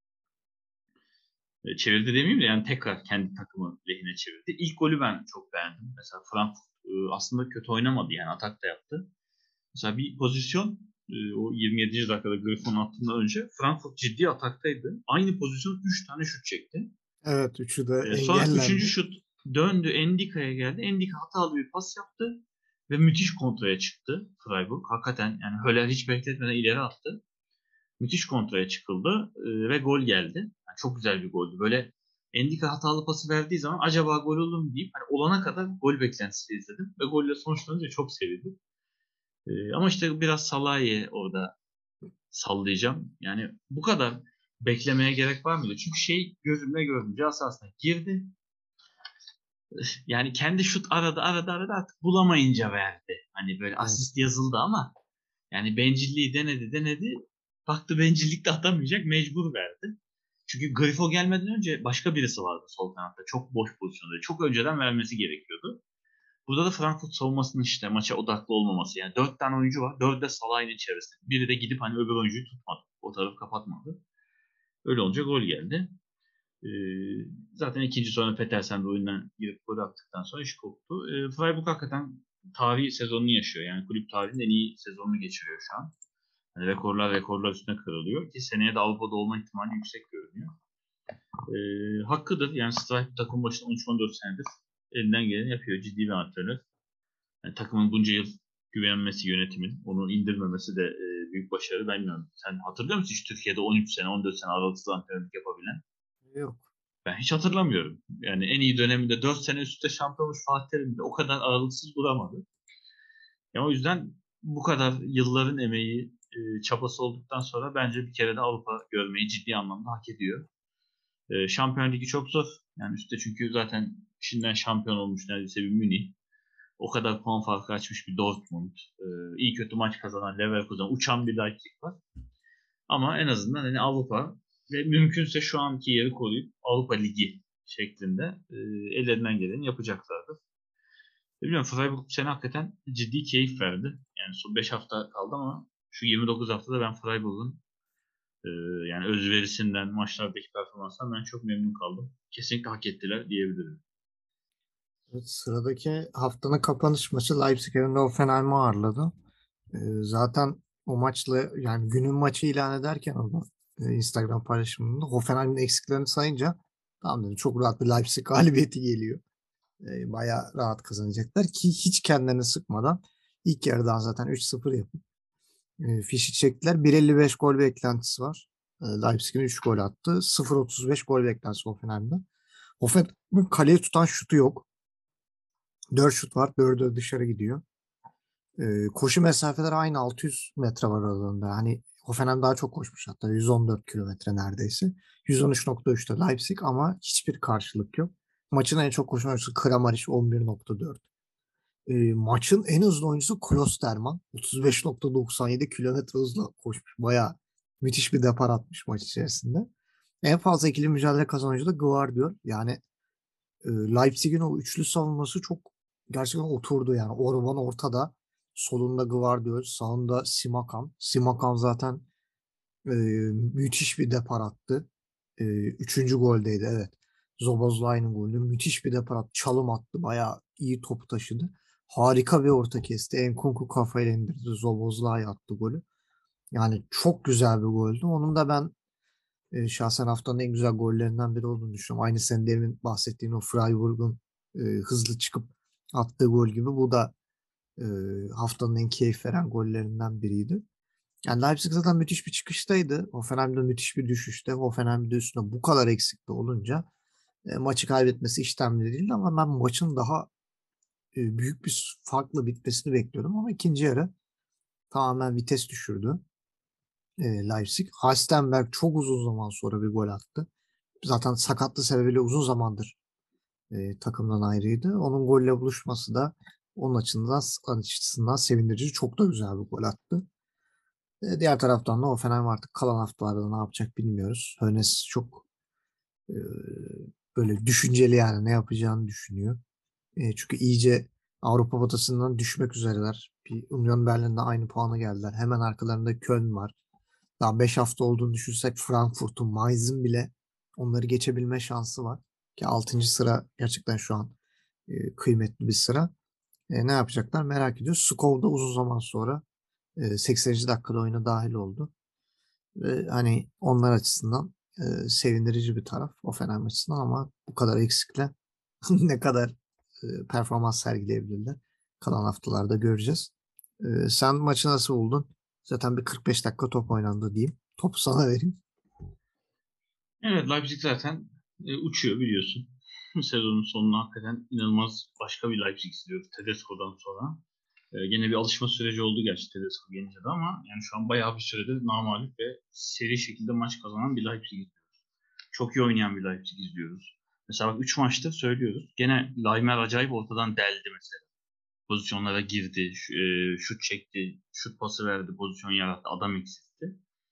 Çevirdi demeyeyim de yani tekrar kendi takımı lehine çevirdi. İlk golü ben çok beğendim. Mesela Frankfurt aslında kötü oynamadı yani atak da yaptı. Mesela bir pozisyon o 27. dakikada Griffon'un attığından önce Frankfurt ciddi ataktaydı. Aynı pozisyon 3 tane şut çekti. Evet, üçü de Sonra engellendi. 3. şut döndü Endika'ya geldi. Endika hatalı bir pas yaptı ve müthiş kontraya çıktı Freiburg. Hakikaten yani Höller hiç bekletmeden ileri attı. Müthiş kontraya çıkıldı ve gol geldi. Yani çok güzel bir goldü. Böyle Endika hatalı pası verdiği zaman acaba gol olur mu deyip hani olana kadar gol beklentisi izledim ve golle sonuçlanınca çok sevindim. Ama işte biraz Salah'ı orada sallayacağım. Yani bu kadar beklemeye gerek var mıydı? Çünkü gözümle gördüm. Asasına girdi. Yani kendi şut aradı artık bulamayınca verdi. Hani böyle asist yazıldı ama yani bencilliği denedi. Baktı bencillik de atamayacak, mecbur verdi. Çünkü Grifo gelmeden önce başka birisi vardı sol kanatta. Çok boş pozisyonda. Çok önceden vermesi gerekiyordu. Burada da Frankfurt savunmasının işte maça odaklı olmaması. Yani 4 tane oyuncu var. 4'ü de Salah'ın içerisinde. Biri de gidip hani öbür oyuncuyu tutmadı. O tarafı kapatmadı. Öyle olunca gol geldi. Zaten ikinci sonra Petersen de oyundan girip gol attıktan sonra iş koptu. Freiburg hakikaten tarihi sezonunu yaşıyor. Yani kulüp tarihinin en iyi sezonunu geçiriyor şu an. Yani rekorlar üstüne kırılıyor ki seneye de Avrupa'da olma ihtimali yüksek görünüyor. Hakkıdır. Yani Streich takım başına 13-14 senedir elinden geleni yapıyor. Ciddi bir antrenör. Yani takımın bunca yıl güvenmesi yönetimin, onu indirmemesi de büyük başarı. Bilmiyorum. Sen hatırlıyor musun hiç Türkiye'de 13 sene, 14 sene aralıksız antrenörlük yapabilen? Yok. Ben hiç hatırlamıyorum. Yani en iyi döneminde 4 sene üst üste şampiyon olmuş Fatih Terim de o kadar aralıksız duramadı. Yani o yüzden bu kadar yılların emeği, çabası olduktan sonra bence bir kere de Avrupa görmeyi ciddi anlamda hak ediyor. Şampiyon Ligi çok zor. Yani üstte çünkü zaten şimdiden şampiyon olmuş neredeyse bir Münih. O kadar puan farkı açmış bir Dortmund. İyi kötü maç kazanan Leverkusen. Uçan bir Leipzig var. Ama en azından hani Avrupa ve mümkünse şu anki yeri koruyup Avrupa Ligi şeklinde ellerinden geleni yapacaklardır. Bilmiyorum Freiburg bu sene hakikaten ciddi keyif verdi. Yani son 5 hafta kaldı ama şu 29 haftada ben Freiburg'un yani özverisinden, maçlardaki performansından ben çok memnun kaldım. Kesinlikle hak ettiler diyebilirim. Evet, sıradaki haftanın kapanış maçı Leipzig evinde Hoffenheim'i ağırladı. Zaten o maçla yani günün maçı ilan ederken onu Instagram paylaşımında Hoffenheim'in eksiklerini sayınca tamam dedim, çok rahat bir Leipzig galibiyeti geliyor. Bayağı rahat kazanacaklar ki hiç kendilerini sıkmadan ilk yarıdan zaten 3-0 yapıp fişi çektiler. 1.55 gol beklentisi var. Leipzig'in 3 gol attı. 0.35 gol beklentisi Hoffenheim'de. Hoffenheim'in kaleye tutan şutu yok. 4 şut var. 4'ü dışarı gidiyor. Koşu mesafeleri aynı 600 metre var aralarında. Hani Hoffenheim daha çok koşmuş hatta 114 kilometre neredeyse. 113.3'te Leipzig ama hiçbir karşılık yok. Maçın en çok koşan oyuncusu Kramaric 11.4. Maçın en hızlı oyuncusu Klosterman 35.97 kilometre hızla koşmuş. Bayağı müthiş bir depar atmış maç içerisinde. En fazla ikili mücadele kazanan oyuncu da Gvardiol. Yani Leipzig'in o üçlü savunması çok gerçekten oturdu yani. Orban ortada. Solunda Gvardiol, sağında Simakan. Simakan zaten müthiş bir depar attı. Üçüncü goldeydi evet. Szoboszlai'nin golü. Müthiş bir depar attı. Çalım attı. Bayağı iyi topu taşıdı. Harika bir orta kesti. Nkunku kafayla indirdi. Szoboszlai attı golü. Yani çok güzel bir goldü. Onun da ben şahsen haftanın en güzel gollerinden biri olduğunu düşünüyorum. Aynı senin demin bahsettiğin o Freiburg'un hızlı çıkıp attığı gol gibi bu da haftanın en keyif veren gollerinden biriydi. Yani Leipzig zaten müthiş bir çıkıştaydı. Hoffenheim de müthiş bir düşüşte. Hoffenheim de üstüne bu kadar eksikte olunca maçı kaybetmesi işten bile değildi ama ben maçın daha büyük bir farkla bitmesini bekliyordum ama ikinci yarı tamamen vites düşürdü Leipzig. Halstenberg çok uzun zaman sonra bir gol attı. Zaten sakatlığı sebebiyle uzun zamandır takımdan ayrıydı. Onun golle buluşması da onun açısından sevindirici. Çok da güzel bir gol attı. Diğer taraftan da Hoffenheim artık kalan haftalarda ne yapacak bilmiyoruz. Hönes çok e, böyle düşünceli, yani ne yapacağını düşünüyor. Çünkü iyice Avrupa potasından düşmek üzereler. Bir Union Berlin'de aynı puana geldiler. Hemen arkalarında Köln var. Daha 5 hafta olduğunu düşünsek Frankfurt'un, Mainz'ın bile onları geçebilme şansı var. Ki 6. sıra gerçekten şu an kıymetli bir sıra. Ne yapacaklar merak ediyoruz. Skov da uzun zaman sonra 80. dakikada oyuna dahil oldu. Ve hani onlar açısından sevindirici bir taraf. Hoffenheim açısından ama bu kadar eksikle ne kadar performans sergileyebilirler. Kalan haftalarda göreceğiz. Sen maçı nasıl buldun? Zaten bir 45 dakika top oynandı diyeyim. Topu sana vereyim. Evet, Leipzig zaten uçuyor biliyorsun. Sezonun sonunda hakikaten inanılmaz başka bir Leipzig izliyoruz Tedesco'dan sonra. Gene bir alışma süreci oldu gerçi Tedesco gelince de ama yani şu an bayağı bir süredir namağlup ve seri şekilde maç kazanan bir Leipzig izliyoruz. Çok iyi oynayan bir Leipzig izliyoruz. Mesela bak 3 maçta söylüyoruz. Gene Laimer acayip ortadan deldi mesela. Pozisyonlara girdi, şut çekti, şut pası verdi, pozisyon yarattı, adam eksiltti.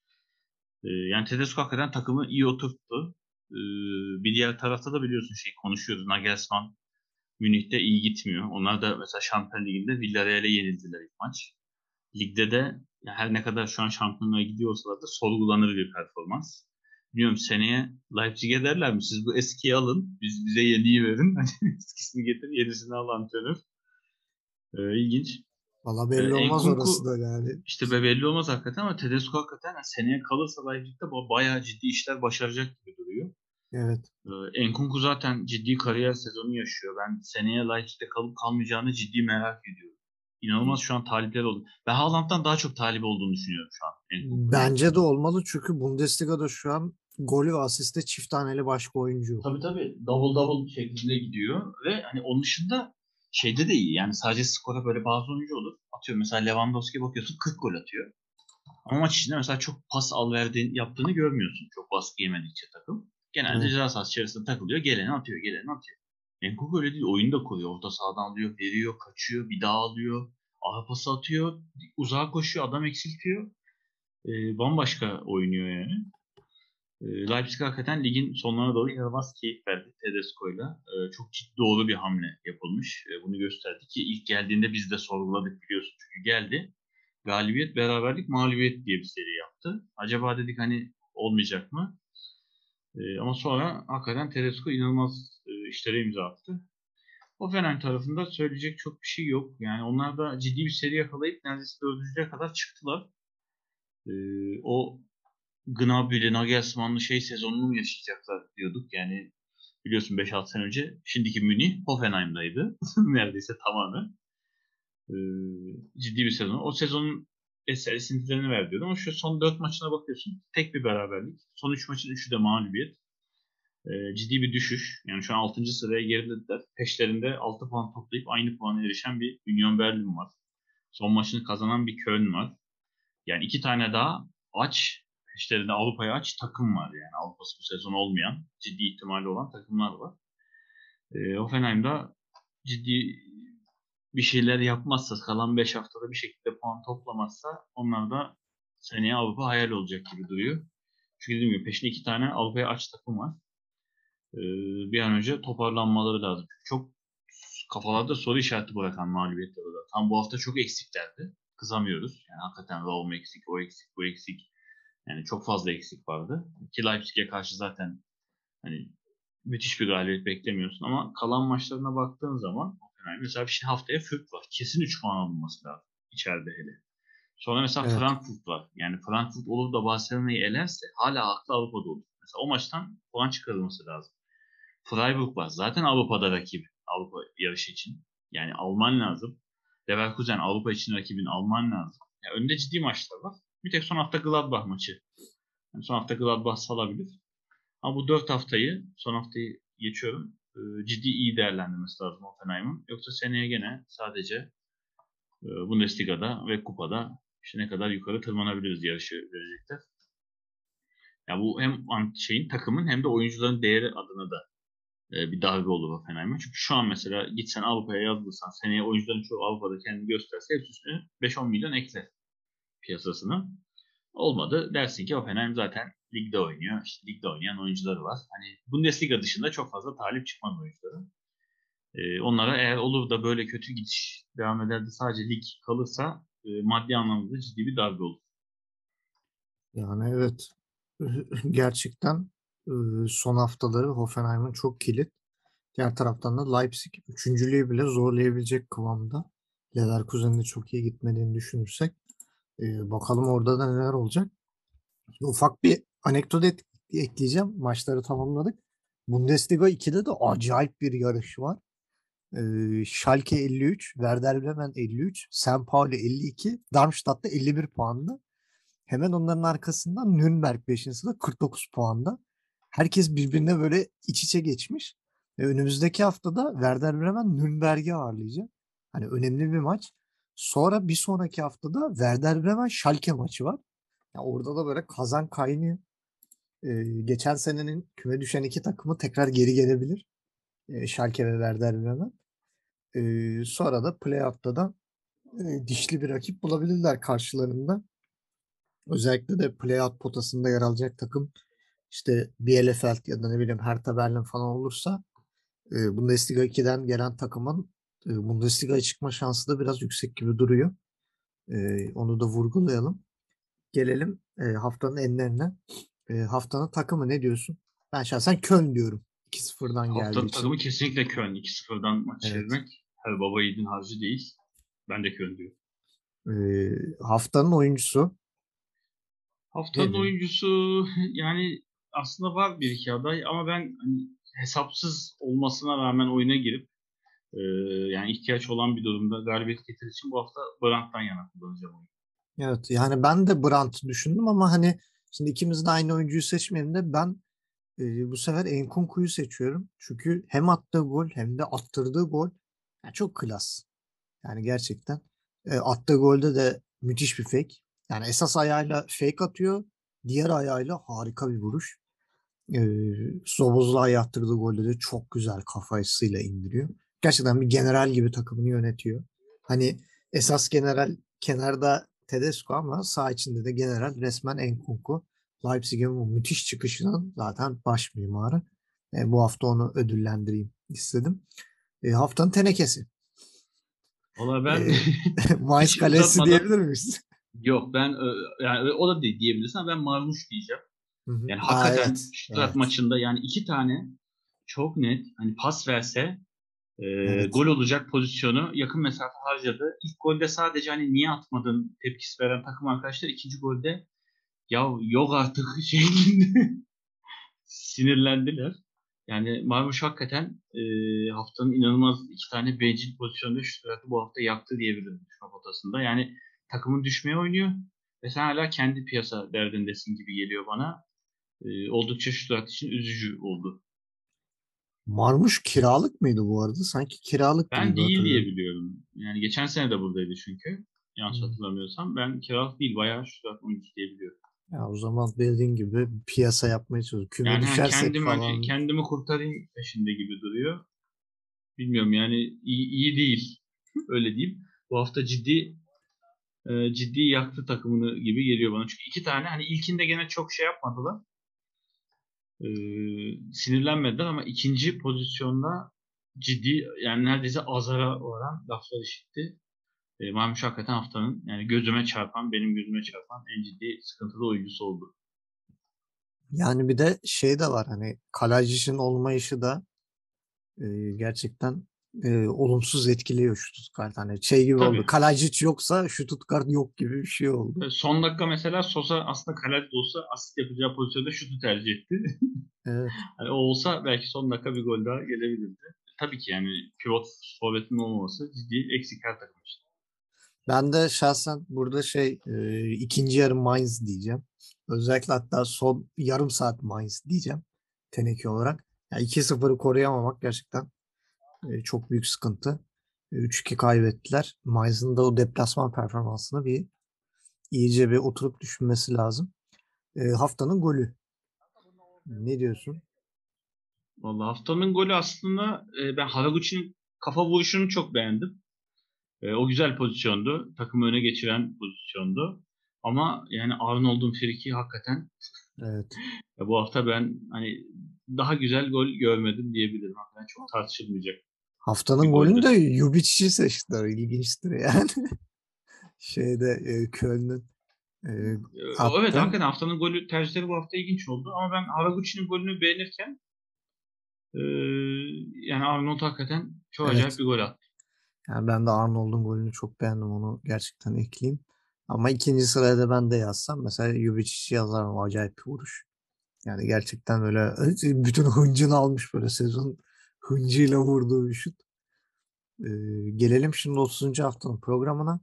Yani Tedesco hakikaten takımı iyi oturttu. Bir diğer tarafta da biliyorsun konuşuyoruz. Nagelsmann Münih'te iyi gitmiyor. Onlar da mesela Şampiyon Ligi'nde Villarreal'e yenildiler ilk maç. Ligde de yani her ne kadar şu an şampiyonluğa gidiyor olsalar da sorgulanır bir performans. Biliyorum seneye Leipzig'e derler mi? Siz bu eskiyi alın, bize yeniyi verin. Eskisini getir, yenisini al antrenör. İlginç. Valla belli olmaz orası Enkunku da yani. işte belli olmaz hakikaten ama Tedesco hakikaten yani seneye kalırsa Leipzig'te bayağı ciddi işler başaracak gibi duruyor. Evet. Enkunku zaten ciddi kariyer sezonu yaşıyor. Ben seneye Leipzig'te kalıp kalmayacağını ciddi merak ediyorum. İnanılmaz şu an talipler oldu. Ben Haaland'dan daha çok talip olduğunu düşünüyorum şu an Enkunku'nun. Bence de olmalı çünkü Bundesliga'da şu an golü ve asiste çift taneli başka oyuncu yok. Tabii tabii double double şeklinde gidiyor ve hani onun dışında şeyde de iyi. Yani sadece skora böyle bazı oyuncu olur. Atıyor mesela Lewandowski'ye bakıyorsun 40 gol atıyor. Ama maç içinde mesela çok pas al verdiğini yaptığını görmüyorsun. Çok baskı yemedikçe takım. Genelde Evet. ceza sahası içerisinde takılıyor. Geleni atıyor, geleni atıyor. Enkuku öyle değil. Oyunu da kuruyor. Orta sahadan alıyor, veriyor, kaçıyor, bir daha alıyor. Ara pası atıyor, uzağa koşuyor, adam eksiltiyor. Bambaşka oynuyor yani. Leipzig hakikaten ligin sonlarına doğru inanılmaz keyif verdi Tedesco'yla. Çok ciddi doğru bir hamle yapılmış. Bunu gösterdi ki ilk geldiğinde biz de sorguladık biliyorsun. Çünkü geldi. Galibiyet, beraberlik, mağlubiyet diye bir seri yaptı. Acaba dedik hani olmayacak mı? Ama sonra hakikaten Tedesco inanılmaz işlere imza attı. Hoffenheim tarafında söyleyecek çok bir şey yok. Yani onlar da ciddi bir seri yakalayıp neredeyse dördüncüye kadar çıktılar. O Gnabry'li, Nagelsmann'lı sezonunu mu yaşayacaklar diyorduk. Yani biliyorsun 5-6 sene önce şimdiki Münih Hoffenheim'daydı. Neredeyse tamamen. Ee, Ciddi bir sezon. O sezonun esintilerini ver diyordum ama şu son 4 maçına bakıyorsun. Tek bir beraberlik. Son 3 maçın 3'ü de mağlubiyet. Ciddi bir düşüş. Yani şu an 6. sıraya gerilediler. Peşlerinde 6 puan toplayıp aynı puana erişen bir Union Berlin var. Son maçını kazanan bir Köln var. Yani 2 tane daha aç, peşlerinde Avrupa'ya aç takım var yani. Avrupa'sı bu sezon olmayan, ciddi ihtimali olan takımlar var. Hoffenheim'da ciddi bir şeyler yapmazsa, kalan 5 haftada bir şekilde puan toplamazsa onlar da seneye Avrupa hayal olacak gibi duruyor. Çünkü dediğim gibi peşinde 2 tane Avrupa'ya aç takım var. Bir an önce toparlanmaları lazım. Çok kafalarda soru işareti bırakan mağlubiyetler oldu. Tam bu hafta çok eksiklerdi. Kızamıyoruz. Yani hakikaten Raum eksik, o eksik, bu eksik. Yani çok fazla eksik vardı. Ki Leipzig'e karşı zaten hani müthiş bir galibiyet beklemiyorsun ama kalan maçlarına baktığın zaman yani mesela şimdi haftaya Fürth var. Kesin 3 puan alınması lazım içeride hele. Sonra mesela Evet. Frankfurt var. Yani Frankfurt olur da Barcelona'yı elerse hala haklı Avrupa'da olur. Mesela o maçtan puan çıkarılması lazım. Freiburg var. Zaten Avrupa'da rakip. Avrupa yarışı için. Yani alman lazım. Leverkusen Avrupa için rakibini alman lazım. Yani önünde ciddi maçlar var. Bir tek son hafta Gladbach maçı. Yani son hafta Gladbach salabilir. Ama bu 4 haftayı, son haftayı geçiyorum. Ciddi iyi değerlendirmesi lazım Hoffenheim'ın. Yoksa seneye gene sadece Bundesliga'da ve kupada işte ne kadar yukarı tırmanabiliriz yarışı verecekler. Ya bu hem takımın hem de oyuncuların değeri adına da bir darbe olur Hoffenheim'e. Çünkü şu an mesela gitsen Avrupa'ya yazılırsan seneye oyuncuların çoğu Avrupa'da kendini gösterse hepsi üstüne 5-10 milyon ekler piyasasını. Olmadı. Dersin ki Hoffenheim zaten ligde oynuyor. İşte ligde oynayan oyuncuları var. Hani Bundesliga dışında çok fazla talip çıkmaz oyuncuları. Onlara eğer olur da böyle kötü gidiş devam eder de sadece lig kalırsa maddi anlamda ciddi bir darbe olur. Yani evet. Gerçekten son haftaları Hoffenheim'ın çok kilit. Diğer taraftan da Leipzig üçüncülüğü bile zorlayabilecek kıvamda. Leverkusen'in de çok iyi gitmediğini düşünürsek bakalım orada da neler olacak. Ufak bir anekdot ekleyeceğim. Maçları tamamladık. Bundesliga 2'de de acayip bir yarış var. Schalke 53, Werder Bremen 53, St. Pauli 52, Darmstadt'ta 51 puanda. Hemen onların arkasından Nürnberg 5. sırada 49 puanda. Herkes birbirine böyle iç içe geçmiş. Önümüzdeki haftada Werder Bremen Nürnberg'i ağırlayacak. Hani önemli bir maç. Sonra bir sonraki haftada Werder Bremen Schalke maçı var. Ya orada da böyle kazan kaynıyor. Geçen senenin küme düşen iki takımı tekrar geri gelebilir. Schalke ve Werder Bremen. Sonra da playoff'ta da dişli bir rakip bulabilirler karşılarında. Özellikle de playout potasında yer alacak takım işte Bielefeld ya da ne bileyim Hertha Berlin falan olursa Bundesliga 2'den gelen takımın Bundesliga'ya çıkma şansı da biraz yüksek gibi duruyor. Onu da vurgulayalım. Gelelim haftanın enlerine. Haftanın takımı ne diyorsun? Ben şahsen Köln diyorum. 2-0'dan geldiği Haftanın için. takımı kesinlikle Köln. 2-0'dan maç Evet. çevirmek her baba yiğidin harcı değil. Ben de Köln diyorum. Haftanın oyuncusu Haftanın nedir? oyuncusu yani aslında var bir iki aday ama ben hani hesapsız olmasına rağmen oyuna girip e, yani ihtiyaç olan bir durumda galibiyet getir için bu hafta Brandt'tan yana kullanacağım oyunu. Evet yani ben de Brandt'ı düşündüm ama hani şimdi ikimiz de aynı oyuncuyu seçmeyelim de ben bu sefer Enkunku'yu seçiyorum. Çünkü hem attığı gol hem de attırdığı gol yani çok klas. Yani gerçekten attığı golde de müthiş bir fake. Yani esas ayağıyla fake atıyor. Diğer ayağıyla harika bir vuruş. Sobozla'ya attırdığı golde de çok güzel kafasıyla indiriyor. Gerçekten bir general gibi takımını yönetiyor. Hani esas general kenarda Tedesco ama sağ içinde de general resmen Enkunku. Leipzig'in bu müthiş çıkışının zaten baş mimarı. Bu hafta onu ödüllendireyim istedim. Haftanın tenekesi. Valla ben E, Mainz hiç kalesi uzatmadan diyebilir miyiz? yok ben yani o da değil diyebilirsin ama ben Marmuş diyeceğim. Hı hı. Yani Aa, hakikaten evet. Stuttgart Evet. maçında yani iki tane çok net hani pas verse Evet. gol olacak pozisyonu yakın mesafe harcadı. İlk golde sadece hani niye atmadın tepkisi veren takım arkadaşlar ikinci golde ya yok artık şeklinde sinirlendiler. Yani Marmuş hakikaten haftanın inanılmaz iki tane bencil pozisyonda Stuttgart'ı bu hafta yaktı diyebilirim düşme potasında. Yani takımın düşmeye oynuyor ve sen hala kendi piyasa derdindesin gibi geliyor bana. Oldukça Stuttgart için üzücü oldu. Marmuş kiralık mıydı bu arada? Sanki kiralıktı Ben gibi değil diye hatırlıyorum. biliyorum. Yani geçen sene de buradaydı çünkü. Yanlış Hı. hatırlamıyorsam. Ben kiralık değil bayağı Stuttgart oyuncusu diye biliyorum. Ya o zaman dediğin gibi piyasa yapmaya çalışıyor. Küme Yani düşersek falan. kendimi kurtarayım peşinde gibi duruyor. Bilmiyorum yani iyi değil. Öyle diyeyim. Bu hafta ciddi yaktı takımını gibi geliyor bana. Çünkü iki tane hani ilkinde gene çok şey yapmadılar. E, Sinirlenmediler ama ikinci pozisyonda ciddi yani neredeyse azara oran laflar işitti. Marmuş hakikaten haftanın yani benim gözüme çarpan en ciddi sıkıntılı oyuncusu oldu. Yani bir de şey de var hani Kalajic'in olmayışı da gerçekten olumsuz etkiliyor şu Stuttgart. Hani şey gibi oldu. Tabii. Kalajic yoksa şu Stuttgart yok gibi bir şey oldu. Son dakika mesela Sosa aslında kaleci de olsa asist yapacağı pozisyonda şutu tercih etti. Evet. Hani o olsa belki son dakika bir gol daha gelebilirdi. Tabii ki yani pivot forvetinin olmaması ciddi eksik her takım için. Ben de şahsen burada ikinci yarı Mainz diyeceğim. Özellikle hatta son yarım saat Mainz diyeceğim teneke olarak. Yani 2-0'ı koruyamamak gerçekten çok büyük sıkıntı. 3-2 kaybettiler. Mainz'ın da o deplasman performansını iyice bir oturup düşünmesi lazım. Haftanın golü. Ne diyorsun? Vallahi haftanın golü aslında ben Haraguchi'nin kafa vuruşunu çok beğendim. O güzel pozisyondu. Takımı öne geçiren pozisyondu. Ama yani Arnold'un friki hakikaten Evet. bu hafta ben hani daha güzel gol görmedim diyebilirim. Hakikaten çok tartışılmayacak Haftanın bir golünü goldü. de Ljubic'i seçtiler. İlginçtir yani. Köln'ün Evet, attı. hakikaten haftanın golü tercihleri bu hafta ilginç oldu. Ama ben Haraguchi'nin golünü beğenirken e, yani Arnold hakikaten çok acayip Evet. bir gol attı. Yani ben de Arnold'un golünü çok beğendim. Onu gerçekten ekleyeyim. Ama ikinci sıraya da ben de yazsam mesela Ljubic'i yazarım. Acayip bir vuruş. Yani gerçekten böyle bütün hıncını almış böyle sezon hıncıyla vurduğu bir şut. Gelelim şimdi 30. haftanın programına.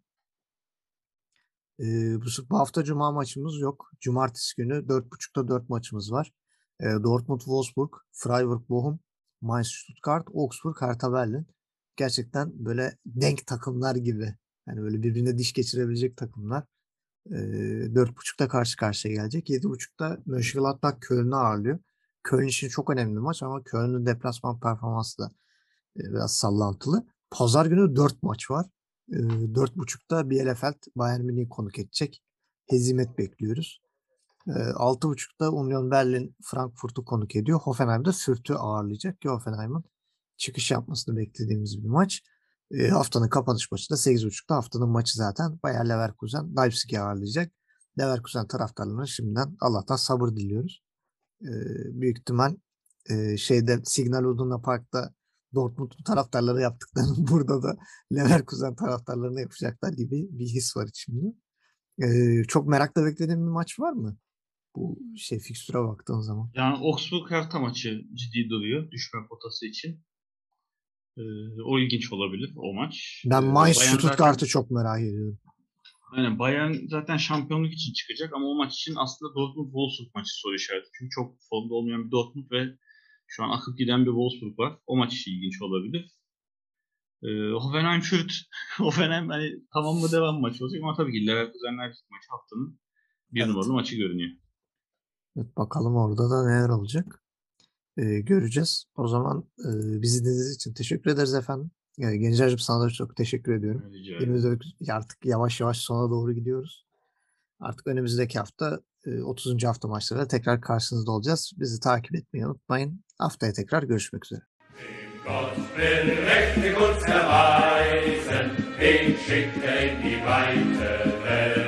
Bu hafta Cuma maçımız yok. Cumartesi günü 4.30'da 4 maçımız var. Dortmund, Wolfsburg, Freiburg, Bochum, Mainz, Stuttgart, Augsburg, Hertha Berlin. Gerçekten böyle denk takımlar gibi. Yani böyle birbirine diş geçirebilecek takımlar. 4.30'da karşı karşıya gelecek. 7.30'da Mönchengladbach Köln'ü ağırlıyor. Köln için çok önemli bir maç ama Köln'ün deplasman performansı da biraz sallantılı. Pazar günü 4 maç var. 4.30'da Bielefeld Bayern Münih'i konuk edecek. Hezimet bekliyoruz. 6.30'da Union Berlin Frankfurt'u konuk ediyor. Hoffenheim'de Fürth'ü ağırlayacak ki Hoffenheim'ın çıkış yapmasını beklediğimiz bir maç. Haftanın kapanış maçı da 8.30'da. Haftanın maçı zaten Bayer Leverkusen Leipzig'i ağırlayacak. Leverkusen taraftarlarına şimdiden Allah'tan sabır diliyoruz. Büyük ihtimal Signal Iduna Park'ta Dortmund'un taraftarları yaptıklarını burada da Leverkusen taraftarlarına yapacaklar gibi bir his var içimde. Çok merakla beklediğim bir maç var mı? Bu fikstüre baktığın zaman. Yani Augsburg Hertha maçı ciddi duruyor düşme potası için. O ilginç olabilir o maç. Ben Mainz Bayern Stuttgart'ı zaten çok merak ediyorum. aynen Bayern zaten şampiyonluk için çıkacak ama o maç için aslında Dortmund Wolfsburg maçı soru işareti. Çünkü çok formda olmayan bir Dortmund ve şu an akıp giden bir Wolfsburg var. O maç için ilginç olabilir. Hoffenheim Fürth. Hoffenheim hani tamam mı devam maçı olacak ama tabii ki Leverkusen Leipzig maçı haftanın bir Evet. numaralı maçı görünüyor. Evet, bakalım orada da neler olacak. Göreceğiz. O zaman bizi dinlediğiniz için teşekkür ederiz efendim. Gencer'cim sana da çok teşekkür ediyorum. Rica ederim. Artık yavaş yavaş sona doğru gidiyoruz. Artık önümüzdeki hafta 30. hafta maçlarıyla tekrar karşınızda olacağız. Bizi takip etmeyi unutmayın. Haftaya tekrar görüşmek üzere. Dem Gott will mächtig uns erweisen, den schickt er in die weite Welt.